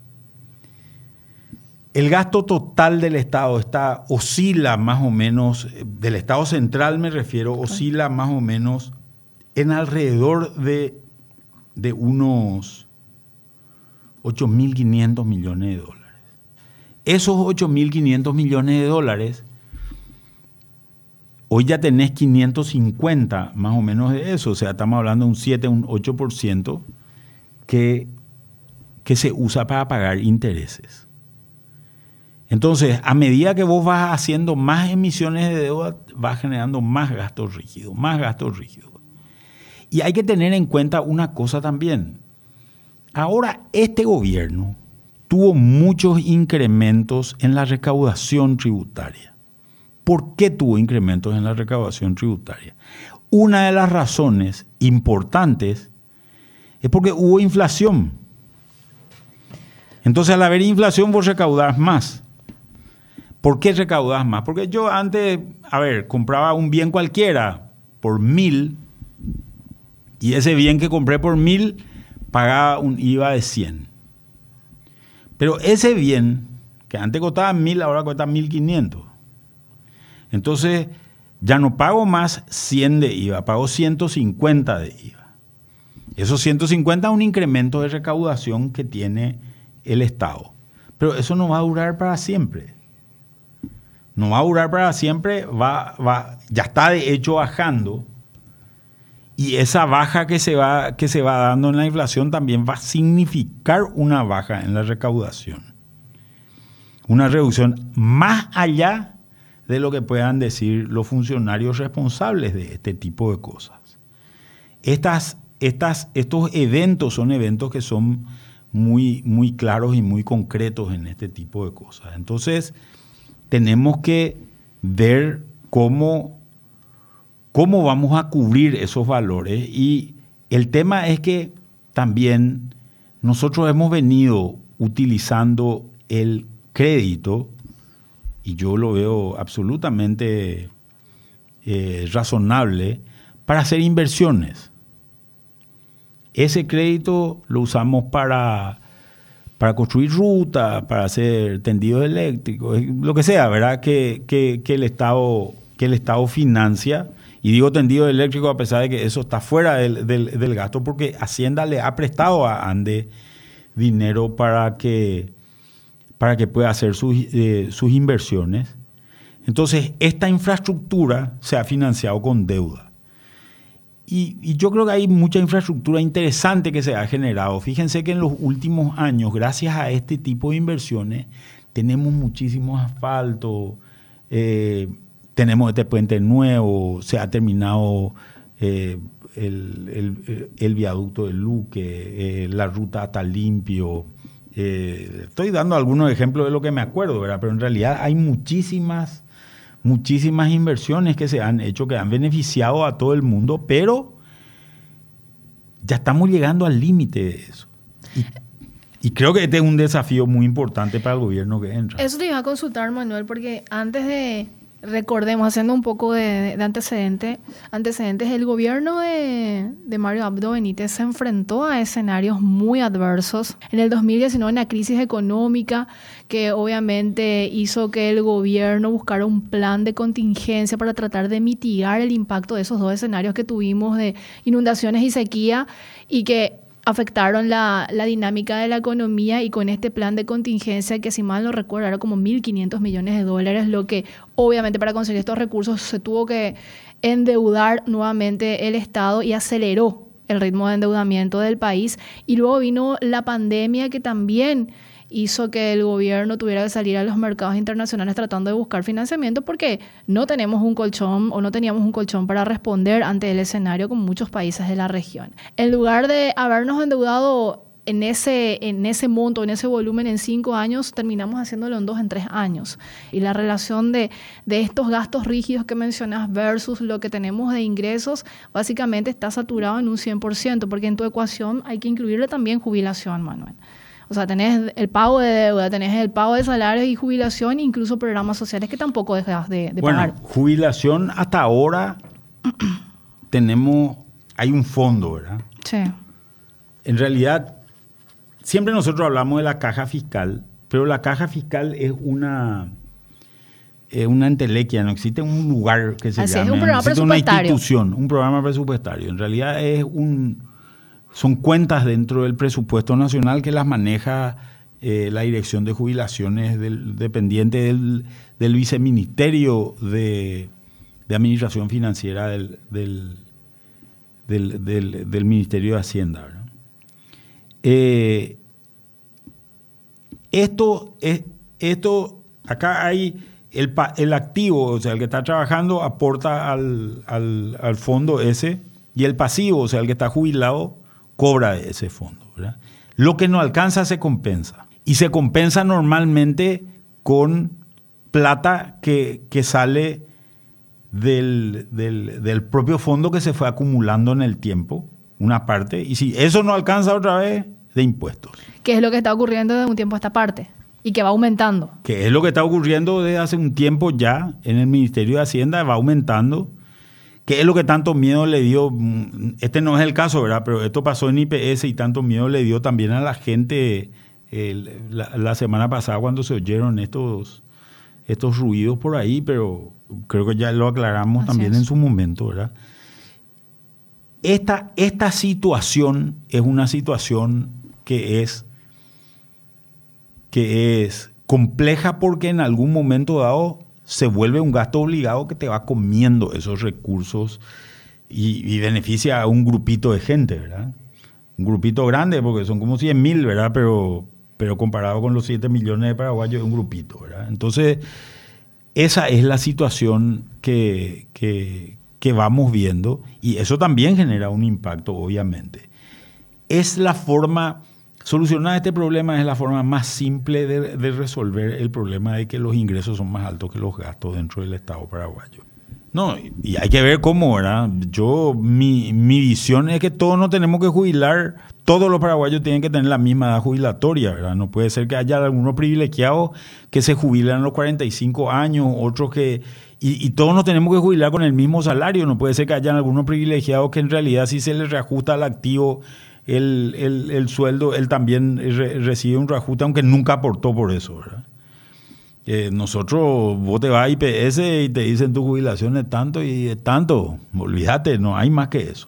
El gasto total del Estado está, oscila más o menos, del Estado central me refiero, oscila más o menos en alrededor de, de unos ocho mil quinientos millones de dólares. Esos ocho mil quinientos millones de dólares, hoy ya tenés quinientos cincuenta más o menos de eso, o sea, estamos hablando de un siete, un ocho por ciento que, que se usa para pagar intereses. Entonces, a medida que vos vas haciendo más emisiones de deuda, vas generando más gastos rígidos, más gastos rígidos. Y hay que tener en cuenta una cosa también. Ahora, este gobierno tuvo muchos incrementos en la recaudación tributaria. ¿Por qué tuvo incrementos en la recaudación tributaria? Una de las razones importantes es porque hubo inflación. Entonces, al haber inflación, vos recaudás más. ¿Por qué recaudás más? Porque yo antes, a ver, compraba un bien cualquiera por mil, y ese bien que compré por mil pagaba un I V A de cien. Pero ese bien, que antes costaba mil, ahora cuesta mil quinientos. Entonces, ya no pago más cien de I V A, pago ciento cincuenta de I V A. Esos ciento cincuenta es un incremento de recaudación que tiene el Estado. Pero eso no va a durar para siempre. No va a durar para siempre, va, va, ya está de hecho bajando. Y esa baja que se, va, que se va dando en la inflación también va a significar una baja en la recaudación. Una reducción más allá de lo que puedan decir los funcionarios responsables de este tipo de cosas. Estas, estas, estos eventos son eventos que son muy, muy claros y muy concretos en este tipo de cosas. Entonces, tenemos que ver cómo, cómo vamos a cubrir esos valores. Y el tema es que también nosotros hemos venido utilizando el crédito, y yo lo veo absolutamente eh, razonable, para hacer inversiones. Ese crédito lo usamos para, para construir rutas, para hacer tendidos eléctricos, lo que sea, ¿verdad? Que, que, que, el Estado, que el Estado financia. Y digo tendido eléctrico a pesar de que eso está fuera del, del, del gasto, porque Hacienda le ha prestado a ANDE dinero para que, para que pueda hacer sus, eh, sus inversiones. Entonces, esta infraestructura se ha financiado con deuda. Y, y yo creo que hay mucha infraestructura interesante que se ha generado. Fíjense que en los últimos años, gracias a este tipo de inversiones, tenemos muchísimo asfalto, eh, tenemos este puente nuevo, se ha terminado eh, el, el, el viaducto del Luque, eh, la ruta Ata Limpio. Eh, estoy dando algunos ejemplos de lo que me acuerdo, ¿verdad? Pero en realidad hay muchísimas, muchísimas inversiones que se han hecho, que han beneficiado a todo el mundo, pero ya estamos llegando al límite de eso. Y, y creo que este es un desafío muy importante para el gobierno que entra. Eso te iba a consultar, Manuel, porque antes de... Recordemos, haciendo un poco de, de antecedente, antecedentes, el gobierno de, de Mario Abdo Benítez se enfrentó a escenarios muy adversos. En el dos mil diecinueve, una crisis económica que obviamente hizo que el gobierno buscara un plan de contingencia para tratar de mitigar el impacto de esos dos escenarios que tuvimos de inundaciones y sequía, y que afectaron la, la dinámica de la economía, y con este plan de contingencia, que si mal no recuerdo era como mil quinientos millones de dólares, lo que obviamente para conseguir estos recursos se tuvo que endeudar nuevamente el Estado, y aceleró el ritmo de endeudamiento del país. Y luego vino la pandemia, que también hizo que el gobierno tuviera que salir a los mercados internacionales tratando de buscar financiamiento, porque no tenemos un colchón o no teníamos un colchón para responder ante el escenario con muchos países de la región. En lugar de habernos endeudado en ese, en ese monto, en ese volumen en cinco años, terminamos haciéndolo en dos, en tres años. Y la relación de, de estos gastos rígidos que mencionas versus lo que tenemos de ingresos, básicamente está saturado en un cien por ciento, porque en tu ecuación hay que incluirle también jubilación, Manuel. O sea, tenés el pago de deuda, tenés el pago de salarios y jubilación, incluso programas sociales que tampoco dejas de, de bueno, pagar. Bueno, jubilación hasta ahora tenemos, hay un fondo, ¿verdad? Sí. En realidad, siempre nosotros hablamos de la caja fiscal, pero la caja fiscal es una, es una entelequia, no existe un lugar que se Así llame, es, un programa no existe una presupuestario. institución, un programa presupuestario. En realidad es un... Son cuentas dentro del presupuesto nacional que las maneja eh, la Dirección de Jubilaciones del, dependiente del, del Viceministerio de, de Administración Financiera del, del, del, del, del Ministerio de Hacienda, ¿verdad? Eh, esto, es, esto, acá hay el, el activo, o sea, el que está trabajando aporta al, al, al fondo ese, y el pasivo, o sea, el que está jubilado, cobra de ese fondo, ¿verdad? Lo que no alcanza se compensa. Y se compensa normalmente con plata que, que sale del, del, del propio fondo que se fue acumulando en el tiempo, una parte. Y si eso no alcanza otra vez, de impuestos. ¿Qué es lo que está ocurriendo de un tiempo a esta parte? Y que va aumentando. Que es lo que está ocurriendo desde hace un tiempo ya en el Ministerio de Hacienda, va aumentando. ¿Qué es lo que tanto miedo le dio? Este no es el caso, ¿verdad? Pero esto pasó en I P S y tanto miedo le dio también a la gente eh, la, la semana pasada cuando se oyeron estos, estos ruidos por ahí, pero creo que ya lo aclaramos Así también es. en su momento, ¿verdad? Esta, esta situación es una situación que es que es compleja porque en algún momento dado se vuelve un gasto obligado que te va comiendo esos recursos y, y beneficia a un grupito de gente, ¿verdad? Un grupito grande porque son como cien mil, ¿verdad? Pero, pero comparado con los siete millones de paraguayos es un grupito, ¿verdad? Entonces, esa es la situación que, que, que vamos viendo y eso también genera un impacto, obviamente. Es la forma, solucionar este problema es la forma más simple de, de resolver el problema de que los ingresos son más altos que los gastos dentro del Estado paraguayo. No, y hay que ver cómo, ¿verdad? Yo, mi, mi visión es que todos nos tenemos que jubilar, todos los paraguayos tienen que tener la misma edad jubilatoria, ¿verdad? No puede ser que haya algunos privilegiados que se jubilan a los cuarenta y cinco años, otros que... Y, y todos nos tenemos que jubilar con el mismo salario, no puede ser que haya algunos privilegiados que en realidad si se les reajusta al activo el, el, el sueldo, él también re, recibe un reajuste, aunque nunca aportó por eso, ¿verdad? Eh, nosotros, vos te vas a I P S y te dicen tu jubilación es tanto y es tanto. Olvídate, no hay más que eso.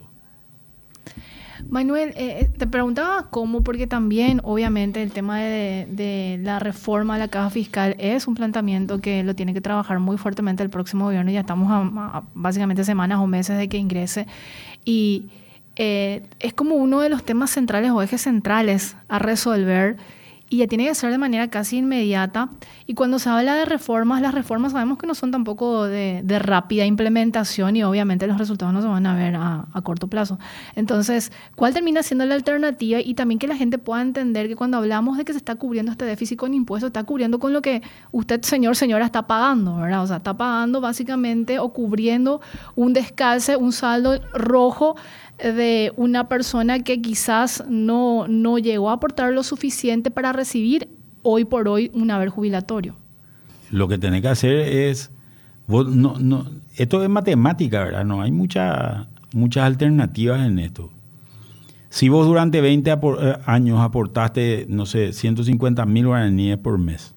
Manuel, eh, te preguntaba cómo, porque también obviamente el tema de, de la reforma a la caja fiscal es un planteamiento que lo tiene que trabajar muy fuertemente el próximo gobierno. Ya estamos a, a básicamente semanas o meses de que ingrese y eh, es como uno de los temas centrales o ejes centrales a resolver. Y ya tiene que ser de manera casi inmediata. Y cuando se habla de reformas, las reformas sabemos que no son tampoco de, de rápida implementación y obviamente los resultados no se van a ver a, a corto plazo. Entonces, ¿cuál termina siendo la alternativa? Y también que la gente pueda entender que cuando hablamos de que se está cubriendo este déficit con impuestos, está cubriendo con lo que usted, señor, señora, está pagando, ¿verdad? O sea, está pagando básicamente o cubriendo un descalce, un saldo rojo de una persona que quizás no, no llegó a aportar lo suficiente para recibir hoy por hoy un haber jubilatorio. Lo que tenés que hacer es, vos no, no, esto es matemática, ¿verdad? No hay mucha, muchas alternativas en esto. Si vos durante veinte apor, eh, años aportaste, no sé, ciento cincuenta mil guaraníes por mes,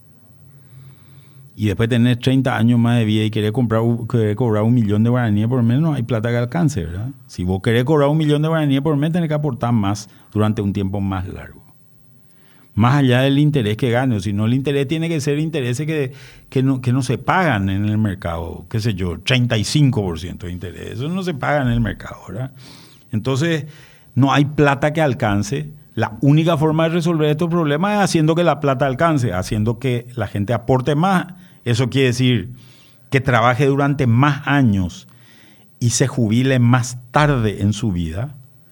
y después tenés treinta años más de vida y querés, comprar, querés cobrar un millón de guaraníes por mes, no hay plata que alcance, ¿verdad? Si vos querés cobrar un millón de guaraníes por mes, tenés que aportar más durante un tiempo más largo. Más allá del interés que gane, o si no, el interés tiene que ser intereses que, que, no, que no se pagan en el mercado, qué sé yo, treinta y cinco por ciento de interés, eso no se paga en el mercado, ¿verdad? Entonces, no hay plata que alcance. La única forma de resolver estos problemas es haciendo que la plata alcance, haciendo que la gente aporte más. Eso quiere decir que trabaje durante más años y se jubile más tarde en su vida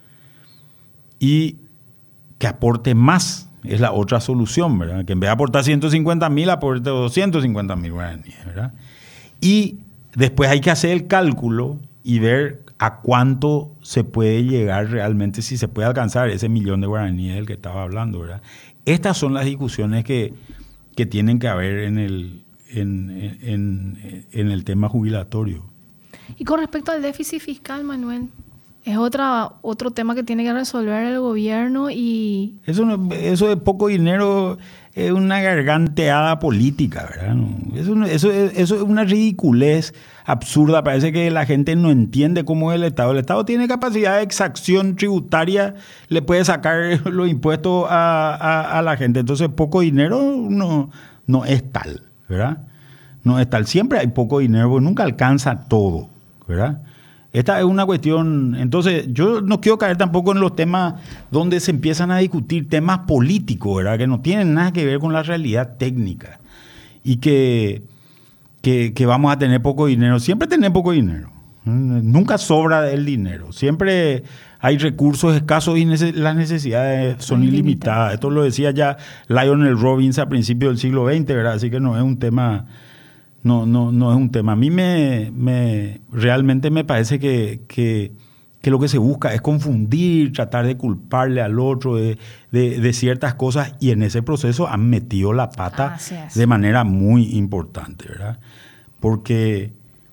y que aporte más. Es la otra solución, ¿verdad? Que en vez de aportar ciento cincuenta mil, aporte doscientos cincuenta mil guaraníes, ¿verdad? Y después hay que hacer el cálculo y ver a cuánto se puede llegar realmente, si se puede alcanzar ese millón de guaraníes del que estaba hablando, ¿verdad? Estas son las discusiones que, que tienen que haber en el, en, en, en el tema jubilatorio. Y con respecto al déficit fiscal, Manuel, es otra, otro tema que tiene que resolver el gobierno y... Eso, no, eso de poco dinero es una garganteada política, ¿verdad? Eso, eso, eso es una ridiculez absurda. Parece que la gente no entiende cómo es el Estado. El Estado tiene capacidad de exacción tributaria, le puede sacar los impuestos a, a, a la gente. Entonces, poco dinero no, no es tal, ¿verdad? No es tal. Siempre hay poco dinero, porque nunca alcanza todo, ¿verdad? Esta es una cuestión, entonces yo no quiero caer tampoco en los temas donde se empiezan a discutir temas políticos, ¿verdad? Que no tienen nada que ver con la realidad técnica y que, que, que vamos a tener poco dinero. Siempre tenemos poco dinero, nunca sobra el dinero, siempre hay recursos escasos y neces- las necesidades son ilimitadas. Esto lo decía ya Lionel Robbins a principios del siglo veinte, ¿verdad? Así que no es un tema... No, no, no es un tema. A mí me, me realmente me parece que, que, que lo que se busca es confundir, tratar de culparle al otro de, de, de ciertas cosas y en ese proceso han metido la pata de manera muy importante, ¿verdad? Porque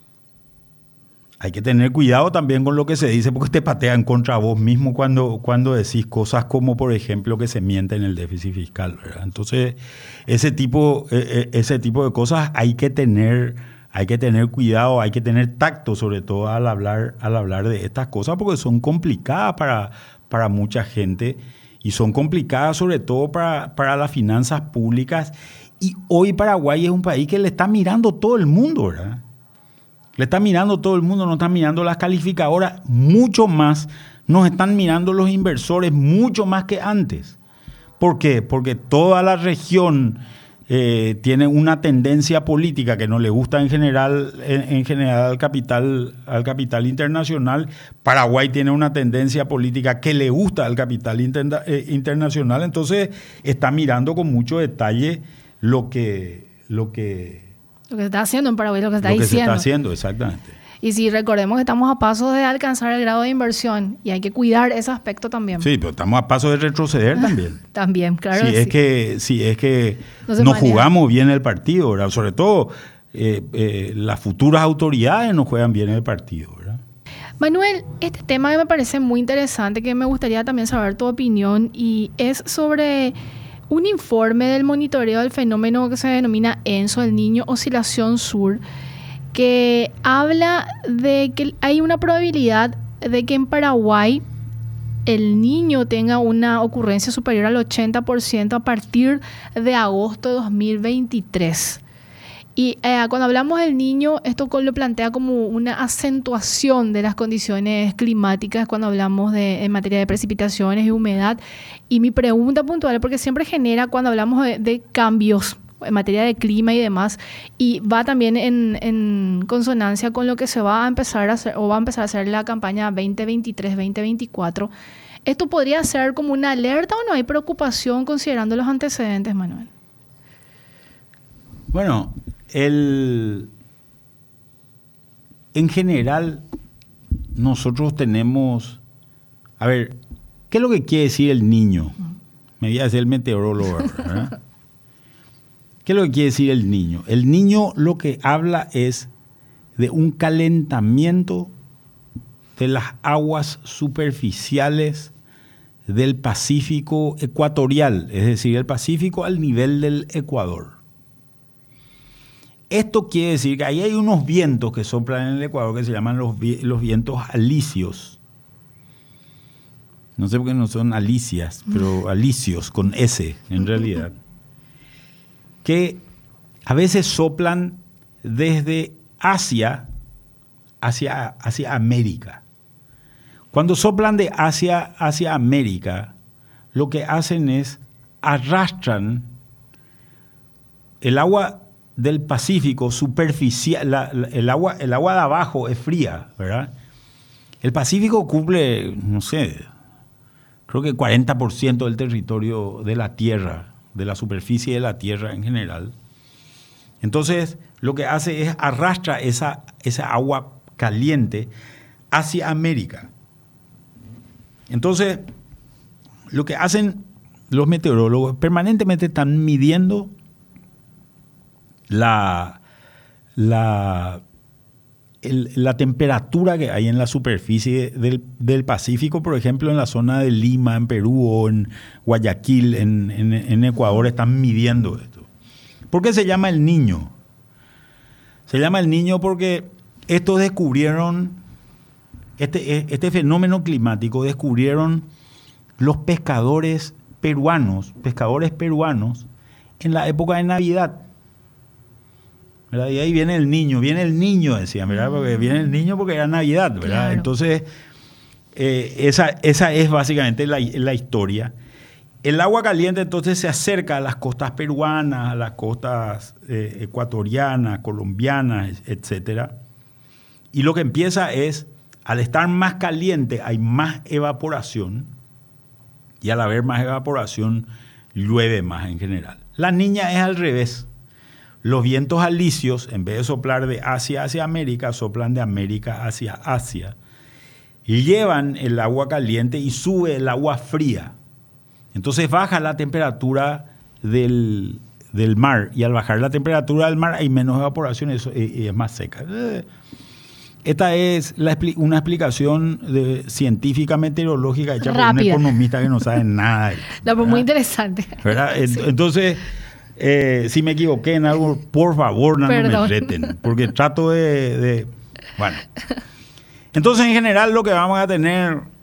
hay que tener cuidado también con lo que se dice porque te patean contra vos mismo cuando, cuando decís cosas como, por ejemplo, que se miente en el déficit fiscal, ¿verdad? Entonces, ese tipo, eh, ese tipo de cosas hay que tener, hay que tener cuidado, hay que tener tacto, sobre todo al hablar, al hablar de estas cosas, porque son complicadas para, para mucha gente y son complicadas sobre todo para, para las finanzas públicas. Y hoy Paraguay es un país que le está mirando todo el mundo, ¿verdad? Le está mirando todo el mundo, nos están mirando las calificadoras mucho más, nos están mirando los inversores mucho más que antes. ¿Por qué? Porque toda la región eh, tiene una tendencia política que no le gusta en general, en, en general al capital, al capital internacional. Paraguay tiene una tendencia política que le gusta al capital interna, eh, internacional. Entonces está mirando con mucho detalle lo que, lo que, lo que se está haciendo en Paraguay, lo que se está lo que diciendo. se está haciendo, exactamente. Y si recordemos que estamos a paso de alcanzar el grado de inversión y hay que cuidar ese aspecto también. Sí, pero estamos a paso de retroceder también. También, claro. Si que es sí. que, si es que no, no jugamos bien el partido, ¿verdad? Sobre todo eh, eh, las futuras autoridades no juegan bien el partido, ¿verdad? Manuel, este tema que me parece muy interesante, que me gustaría también saber tu opinión, y es sobre un informe del monitoreo del fenómeno que se denomina ENSO, el Niño Oscilación Sur, que habla de que hay una probabilidad de que en Paraguay el niño tenga una ocurrencia superior al ochenta por ciento a partir de agosto de dos mil veintitrés. Y eh, cuando hablamos del niño, esto lo plantea como una acentuación de las condiciones climáticas cuando hablamos de en materia de precipitaciones y humedad. Y mi pregunta puntual, porque siempre genera cuando hablamos de, de cambios en materia de clima y demás, y va también en, en consonancia con lo que se va a empezar a hacer o va a empezar a hacer la campaña veinte veintitrés veinte veinticuatro. ¿Esto podría ser como una alerta o no hay preocupación considerando los antecedentes, Manuel? Bueno, el, en general nosotros tenemos, a ver, ¿qué es lo que quiere decir el niño? Me voy a hacer el meteorólogo, ¿verdad? ¿Qué es lo que quiere decir el niño? El niño lo que habla es de un calentamiento de las aguas superficiales del Pacífico ecuatorial, es decir, el Pacífico al nivel del Ecuador. Esto quiere decir que ahí hay unos vientos que soplan en el Ecuador que se llaman los, los vientos alisios. No sé por qué no son alicias, pero alisios con S en realidad. Que a veces soplan desde Asia hacia, hacia América. Cuando soplan de Asia hacia América, lo que hacen es arrastran el agua del Pacífico superficial, la, la, el, agua, el agua de abajo es fría, ¿verdad? El Pacífico cumple, no sé, creo que cuarenta por ciento del territorio de la Tierra, de la superficie de la Tierra en general. Entonces, lo que hace es arrastra esa, esa agua caliente hacia América. Entonces, lo que hacen los meteorólogos, permanentemente están midiendo la, la, el, la temperatura que hay en la superficie del, del Pacífico, por ejemplo, en la zona de Lima, en Perú, o en Guayaquil, en, en, en Ecuador, están midiendo esto. ¿Por qué se llama el Niño? Se llama el Niño porque estos descubrieron, este, este fenómeno climático descubrieron los pescadores peruanos, pescadores peruanos, en la época de Navidad. ¿Verdad? Y ahí viene el niño, viene el niño, decían, ¿verdad? Porque viene el niño porque era Navidad, ¿verdad? Claro. Entonces, eh, esa, esa es básicamente la, la historia. El agua caliente entonces se acerca a las costas peruanas, a las costas eh, ecuatorianas, colombianas, etcétera. Y lo que empieza es, al estar más caliente hay más evaporación, y al haber más evaporación llueve más en general. La Niña es al revés. Los vientos alisios, en vez de soplar de Asia hacia América, soplan de América hacia Asia. Y llevan el agua caliente y sube el agua fría. Entonces baja la temperatura del, del mar. Y al bajar la temperatura del mar hay menos evaporación y es más seca. Esta es la, una explicación de, científica meteorológica hecha Rápida. por un economista que no sabe nada. De, no, pues muy interesante. ¿verdad? Sí. Entonces... Eh, si me equivoqué en algo, por favor, no, no me reten, porque trato de, de... Bueno. Entonces, en general, lo que vamos a tener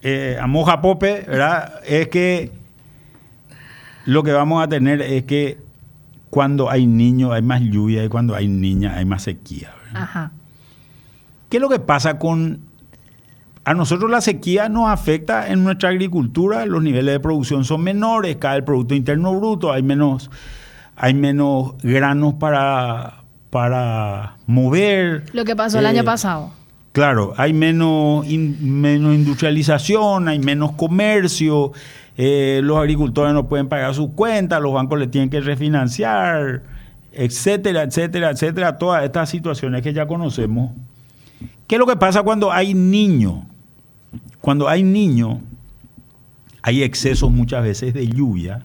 eh, a moja pope, ¿verdad? Es que lo que vamos a tener es que cuando hay niños hay más lluvia y cuando hay niñas hay más sequía, ¿verdad? Ajá. ¿Qué es lo que pasa con... A nosotros la sequía nos afecta en nuestra agricultura, los niveles de producción son menores, cae el Producto Interno Bruto, hay menos, hay menos granos para, para mover. Lo que pasó el eh, año pasado. Claro, hay menos, in, menos industrialización, hay menos comercio, eh, los agricultores no pueden pagar sus cuentas, los bancos le tienen que refinanciar, etcétera, etcétera, etcétera, todas estas situaciones que ya conocemos. ¿Qué es lo que pasa cuando hay niños? Cuando hay niños, hay excesos muchas veces de lluvia.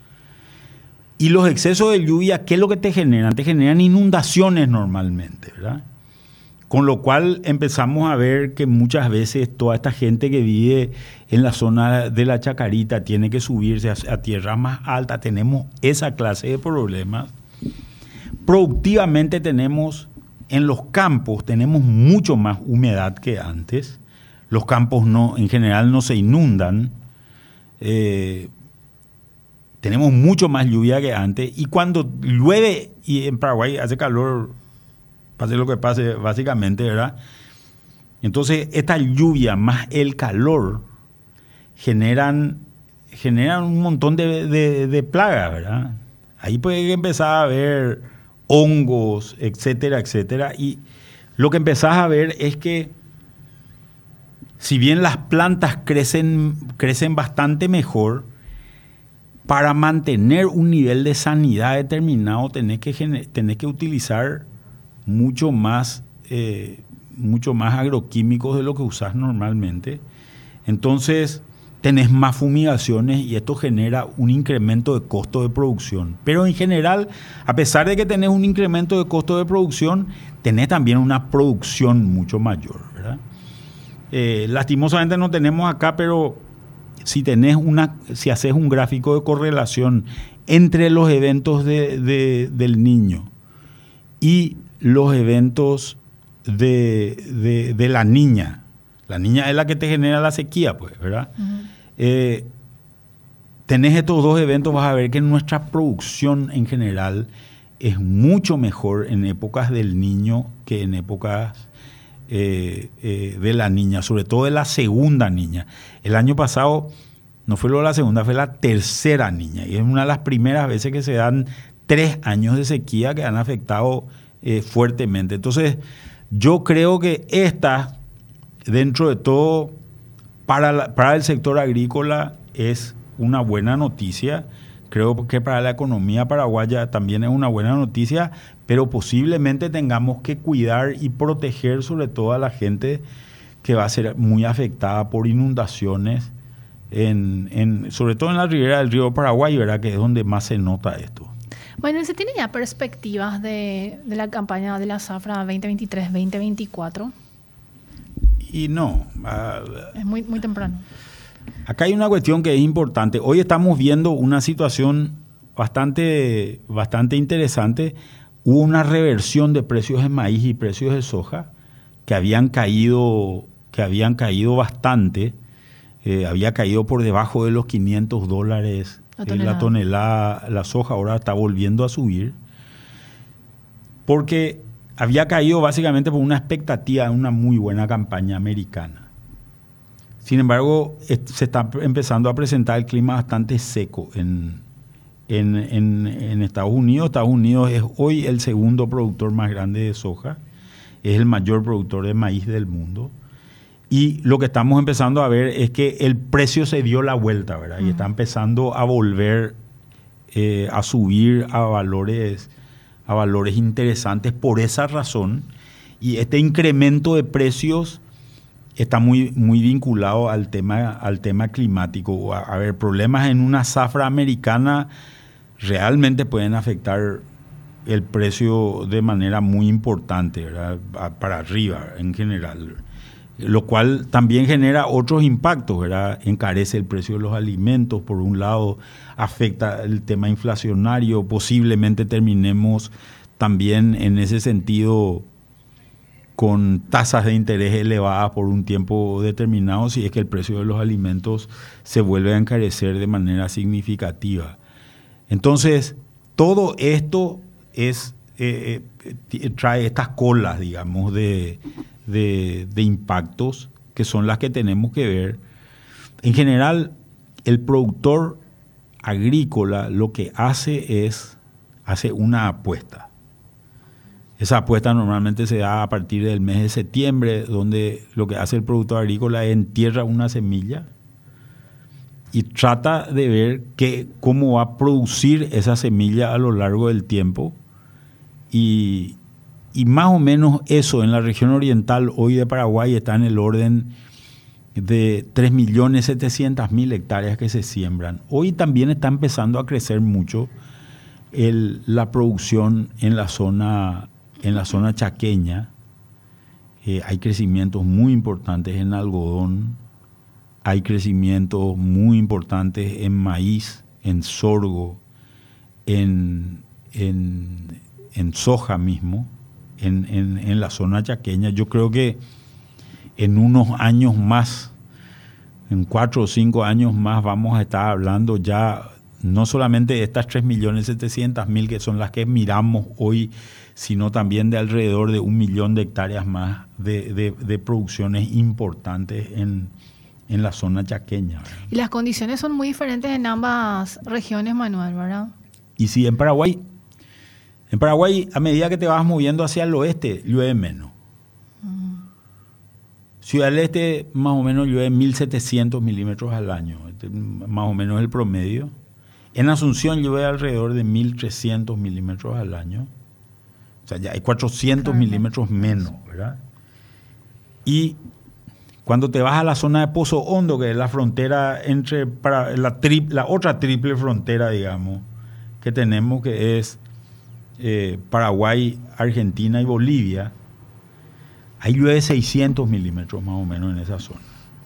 Y los excesos de lluvia, ¿qué es lo que te generan? Te generan inundaciones normalmente, ¿verdad? Con lo cual empezamos a ver que muchas veces toda esta gente que vive en la zona de la Chacarita tiene que subirse a, a tierras más altas. Tenemos esa clase de problemas. Productivamente tenemos, en los campos, tenemos mucho más humedad que antes. Los campos no, en general no se inundan. Eh, tenemos mucho más lluvia que antes. Y cuando llueve, y en Paraguay hace calor, pase lo que pase, básicamente, ¿verdad? Entonces, esta lluvia más el calor generan, generan un montón de, de, de plagas, ¿verdad? Ahí puede empezar a ver hongos, etcétera, etcétera. Y lo que empezás a ver es que si bien las plantas crecen, crecen bastante mejor, para mantener un nivel de sanidad determinado tenés que, tenés que utilizar mucho más, eh, mucho más agroquímicos de lo que usás normalmente. Entonces tenés más fumigaciones y esto genera un incremento de costo de producción. Pero en general, a pesar de que tenés un incremento de costo de producción, tenés también una producción mucho mayor, ¿verdad? Eh, lastimosamente no tenemos acá, pero si tenés una, si haces un gráfico de correlación entre los eventos de, de, del niño y los eventos de, de, de la niña, la niña es la que te genera la sequía, pues, ¿verdad? Uh-huh. Eh, tenés estos dos eventos, vas a ver que nuestra producción en general es mucho mejor en épocas del niño que en épocas eh, eh, de la niña, sobre todo de la segunda niña. El año pasado no fue lo de la segunda, fue la tercera niña, y es una de las primeras veces que se dan tres años de sequía que han afectado eh, fuertemente. Entonces, yo creo que esta, dentro de todo, para, la, para el sector agrícola es una buena noticia. Creo que para la economía paraguaya también es una buena noticia, pero posiblemente tengamos que cuidar y proteger sobre todo a la gente que va a ser muy afectada por inundaciones, en, en, sobre todo en la ribera del río Paraguay, ¿verdad? Que es donde más se nota esto. Bueno, ¿se tienen ya perspectivas de, de la campaña de la zafra veinte veintitrés veinte veinticuatro? Y no. Uh, es muy, muy temprano. Acá hay una cuestión que es importante. Hoy estamos viendo una situación bastante, bastante interesante. Hubo una reversión de precios de maíz y precios de soja que habían caído, que habían caído bastante. Eh, había caído por debajo de los quinientos dólares la tonelada. Eh, la tonelada, la soja ahora está volviendo a subir. Porque había caído básicamente por una expectativa de una muy buena campaña americana. Sin embargo, se está empezando a presentar el clima bastante seco en, en, en, en Estados Unidos. Estados Unidos es hoy el segundo productor más grande de soja, es el mayor productor de maíz del mundo. Y lo que estamos empezando a ver es que el precio se dio la vuelta, ¿verdad? Uh-huh. Y está empezando a volver eh, a subir a valores, a valores interesantes por esa razón. Y este incremento de precios está muy, muy vinculado al tema, al tema climático. A, a ver, problemas en una zafra americana realmente pueden afectar el precio de manera muy importante, ¿verdad? Para arriba en general. Lo cual también genera otros impactos, ¿verdad? Encarece el precio de los alimentos, por un lado, afecta el tema inflacionario, posiblemente terminemos también en ese sentido con tasas de interés elevadas por un tiempo determinado si es que el precio de los alimentos se vuelve a encarecer de manera significativa. Entonces, todo esto es, eh, eh, trae estas colas, digamos, de, de, de impactos que son las que tenemos que ver. En general, el productor agrícola lo que hace es, hace una apuesta. Esa apuesta normalmente se da a partir del mes de septiembre, donde lo que hace el productor agrícola es entierra una semilla y trata de ver que, cómo va a producir esa semilla a lo largo del tiempo. Y, y más o menos eso en la región oriental hoy de Paraguay está en el orden de tres millones setecientas mil hectáreas que se siembran. Hoy también está empezando a crecer mucho el, la producción en la zona en la zona chaqueña. Eh, hay crecimientos muy importantes en algodón, hay crecimientos muy importantes en maíz, en sorgo, en, en, en soja mismo, en, en, en la zona chaqueña. Yo creo que en unos años más, en cuatro o cinco años más, vamos a estar hablando ya no solamente de estas tres millones setecientas mil que son las que miramos hoy, sino también de alrededor de un millón de hectáreas más de, de, de producciones importantes en, en la zona chaqueña, ¿verdad? Y las condiciones son muy diferentes en ambas regiones, Manuel, ¿verdad? Y sí, en Paraguay, en Paraguay, a medida que te vas moviendo hacia el oeste, llueve menos. Uh-huh. Ciudad del Este, más o menos, llueve mil setecientos milímetros al año. Este, más o menos el promedio. En Asunción llueve alrededor de mil trescientos milímetros al año. O sea, ya hay cuatrocientos claro, milímetros menos, ¿verdad? Y cuando te vas a la zona de Pozo Hondo, que es la frontera entre, para la, tri, la otra triple frontera, digamos, que tenemos, que es eh, Paraguay, Argentina y Bolivia, ahí llueve seiscientos milímetros más o menos en esa zona.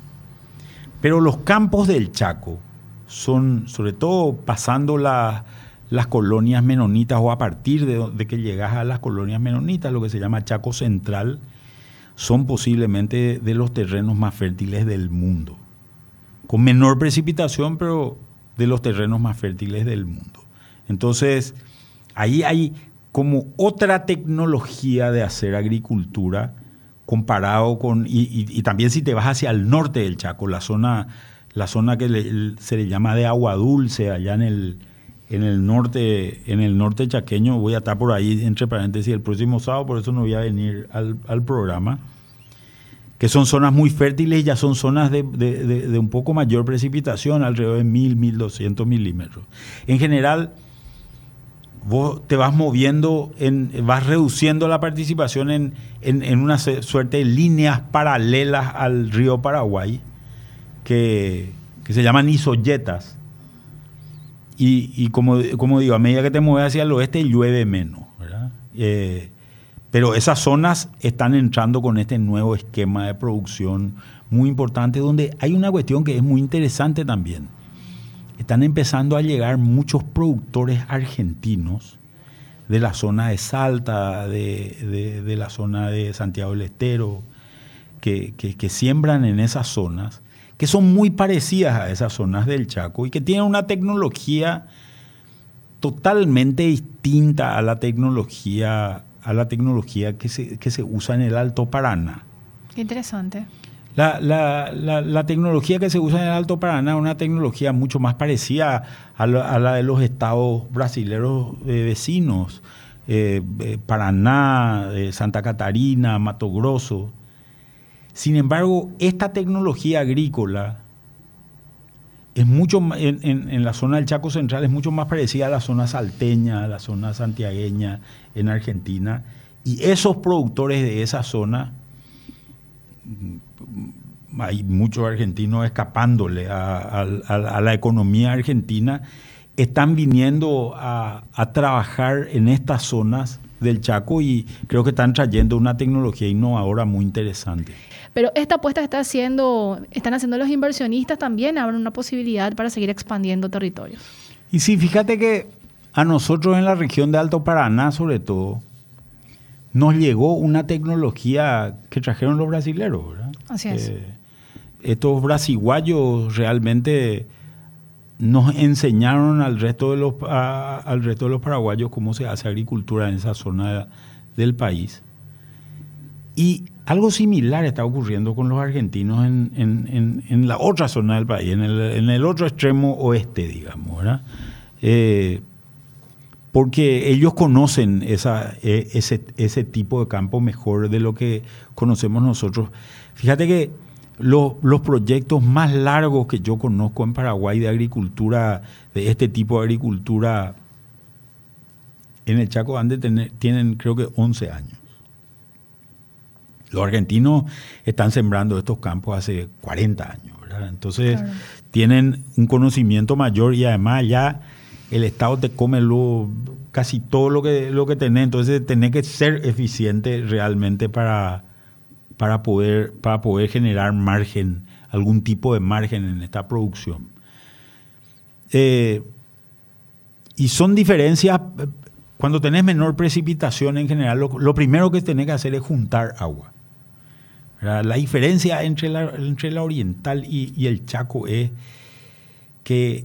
Pero los campos del Chaco son, sobre todo pasando la... las colonias menonitas o a partir de, de que llegas a las colonias menonitas, lo que se llama Chaco Central, son posiblemente de los terrenos más fértiles del mundo. Con menor precipitación, pero de los terrenos más fértiles del mundo. Entonces, ahí hay como otra tecnología de hacer agricultura comparado con... Y, y, y también si te vas hacia el norte del Chaco, la zona, la zona que le, se le llama de agua dulce, allá en el... En el norte, en el norte chaqueño, voy a estar por ahí, entre paréntesis, el próximo sábado, por eso no voy a venir al, al programa, que son zonas muy fértiles y ya son zonas de, de, de, de un poco mayor precipitación, alrededor de mil, mil doscientos milímetros. En general, vos te vas moviendo, en, vas reduciendo la participación en, en, en una suerte de líneas paralelas al río Paraguay, que, que se llaman isoyetas. Y, y como, como digo, a medida que te mueves hacia el oeste, llueve menos, ¿verdad? Eh, pero esas zonas están entrando con este nuevo esquema de producción muy importante, donde hay una cuestión que es muy interesante también. Están empezando a llegar muchos productores argentinos de la zona de Salta, de, de, de la zona de Santiago del Estero, que, que, que siembran en esas zonas, que son muy parecidas a esas zonas del Chaco y que tienen una tecnología totalmente distinta a la tecnología, a la tecnología que se, que se usa en el Alto Paraná. Qué interesante. La, la, la, la tecnología que se usa en el Alto Paraná es una tecnología mucho más parecida a la, a la de los estados brasileños eh, vecinos, eh, eh, Paraná, eh, Santa Catarina, Mato Grosso. Sin embargo, esta tecnología agrícola es mucho en, en, en la zona del Chaco Central es mucho más parecida a la zona salteña, a la zona santiagueña en Argentina. Y esos productores de esa zona, hay muchos argentinos escapándole a, a, a la economía argentina, están viniendo a, a trabajar en estas zonas del Chaco y creo que están trayendo una tecnología innovadora muy interesante. Pero esta apuesta que está haciendo, están haciendo los inversionistas también abren una posibilidad para seguir expandiendo territorios. Y sí, fíjate que a nosotros en la región de Alto Paraná, sobre todo, nos llegó una tecnología que trajeron los brasileros, ¿verdad? Así es. Eh, estos brasiguayos realmente nos enseñaron al resto de los a, al resto de los paraguayos cómo se hace agricultura en esa zona del país. Y algo similar está ocurriendo con los argentinos en, en, en, en la otra zona del país, en el, en el otro extremo oeste, digamos, ¿verdad? Eh, porque ellos conocen esa, ese, ese tipo de campo mejor de lo que conocemos nosotros. Fíjate que los, los proyectos más largos que yo conozco en Paraguay de agricultura, de este tipo de agricultura, en el Chaco han de tener, tienen creo que once años. Los argentinos están sembrando estos campos hace cuarenta años, ¿verdad? Entonces claro, tienen un conocimiento mayor y además ya el Estado te come lo, casi todo lo que, lo que tenés. Entonces tenés que ser eficiente realmente para, para, poder, para poder generar margen, algún tipo de margen en esta producción. Eh, y son diferencias. Cuando tenés menor precipitación en general, lo, lo primero que tenés que hacer es juntar agua. La diferencia entre la, entre la oriental y, y el Chaco es que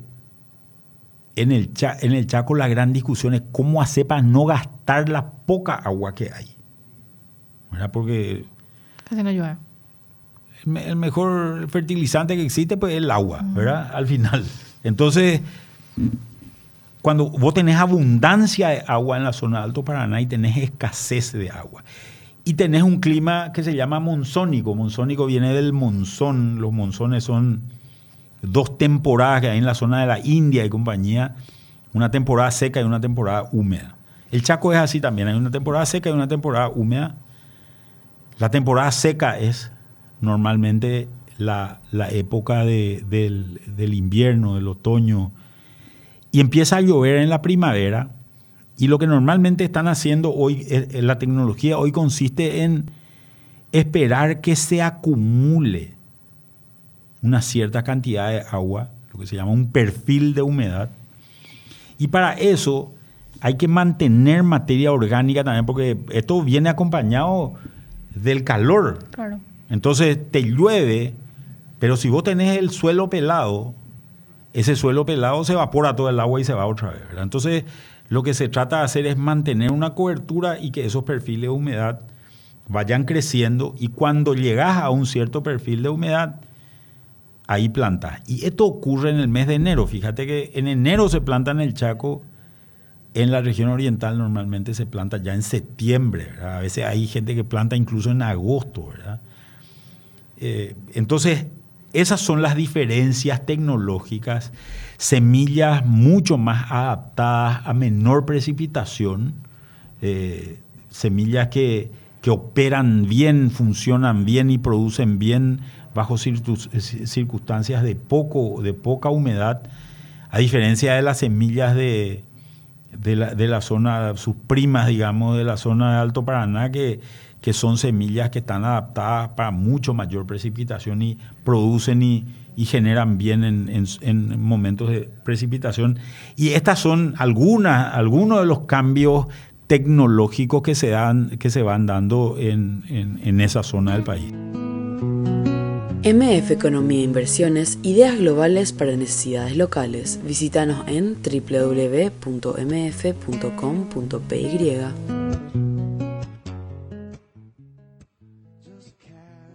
en el, en el Chaco la gran discusión es cómo hacer para no gastar la poca agua que hay. ¿Verdad? Porque casi no llueve. El, el mejor fertilizante que existe pues, es el agua, ¿verdad? Al final. Entonces, cuando vos tenés abundancia de agua en la zona de Alto Paraná y tenés escasez de agua, y tenés un clima que se llama monzónico. Monzónico viene del monzón. Los monzones son dos temporadas que hay en la zona de la India y compañía. Una temporada seca y una temporada húmeda. El Chaco es así también. Hay una temporada seca y una temporada húmeda. La temporada seca es normalmente la, la época de, del, del invierno, del otoño. Y empieza a llover en la primavera. Y lo que normalmente están haciendo hoy, la tecnología hoy consiste en esperar que se acumule una cierta cantidad de agua, lo que se llama un perfil de humedad. Y para eso hay que mantener materia orgánica también, porque esto viene acompañado del calor. Claro. Entonces te llueve, pero si vos tenés el suelo pelado, ese suelo pelado se evapora todo el agua y se va otra vez, ¿verdad? Entonces lo que se trata de hacer es mantener una cobertura y que esos perfiles de humedad vayan creciendo, y cuando llegas a un cierto perfil de humedad, ahí plantas. Y esto ocurre en el mes de enero. Fíjate que en enero se planta en el Chaco, en la región oriental normalmente se planta ya en septiembre, ¿verdad? A veces hay gente que planta incluso en agosto, ¿verdad? Eh, entonces, esas son las diferencias tecnológicas. Semillas mucho más adaptadas a menor precipitación, eh, semillas que, que operan bien, funcionan bien y producen bien bajo circunstancias de, poco, de poca humedad, a diferencia de las semillas de, de, la, de la zona, sus primas, digamos, de la zona de Alto Paraná, que, que son semillas que están adaptadas para mucho mayor precipitación y producen y y generan bien en, en, en momentos de precipitación. Y estas son algunas, algunos de los cambios tecnológicos que se, dan, que se van dando en, en, en esa zona del país. M F Economía e Inversiones, ideas globales para necesidades locales. Visítanos en doble u doble u doble u punto m f punto com punto p y.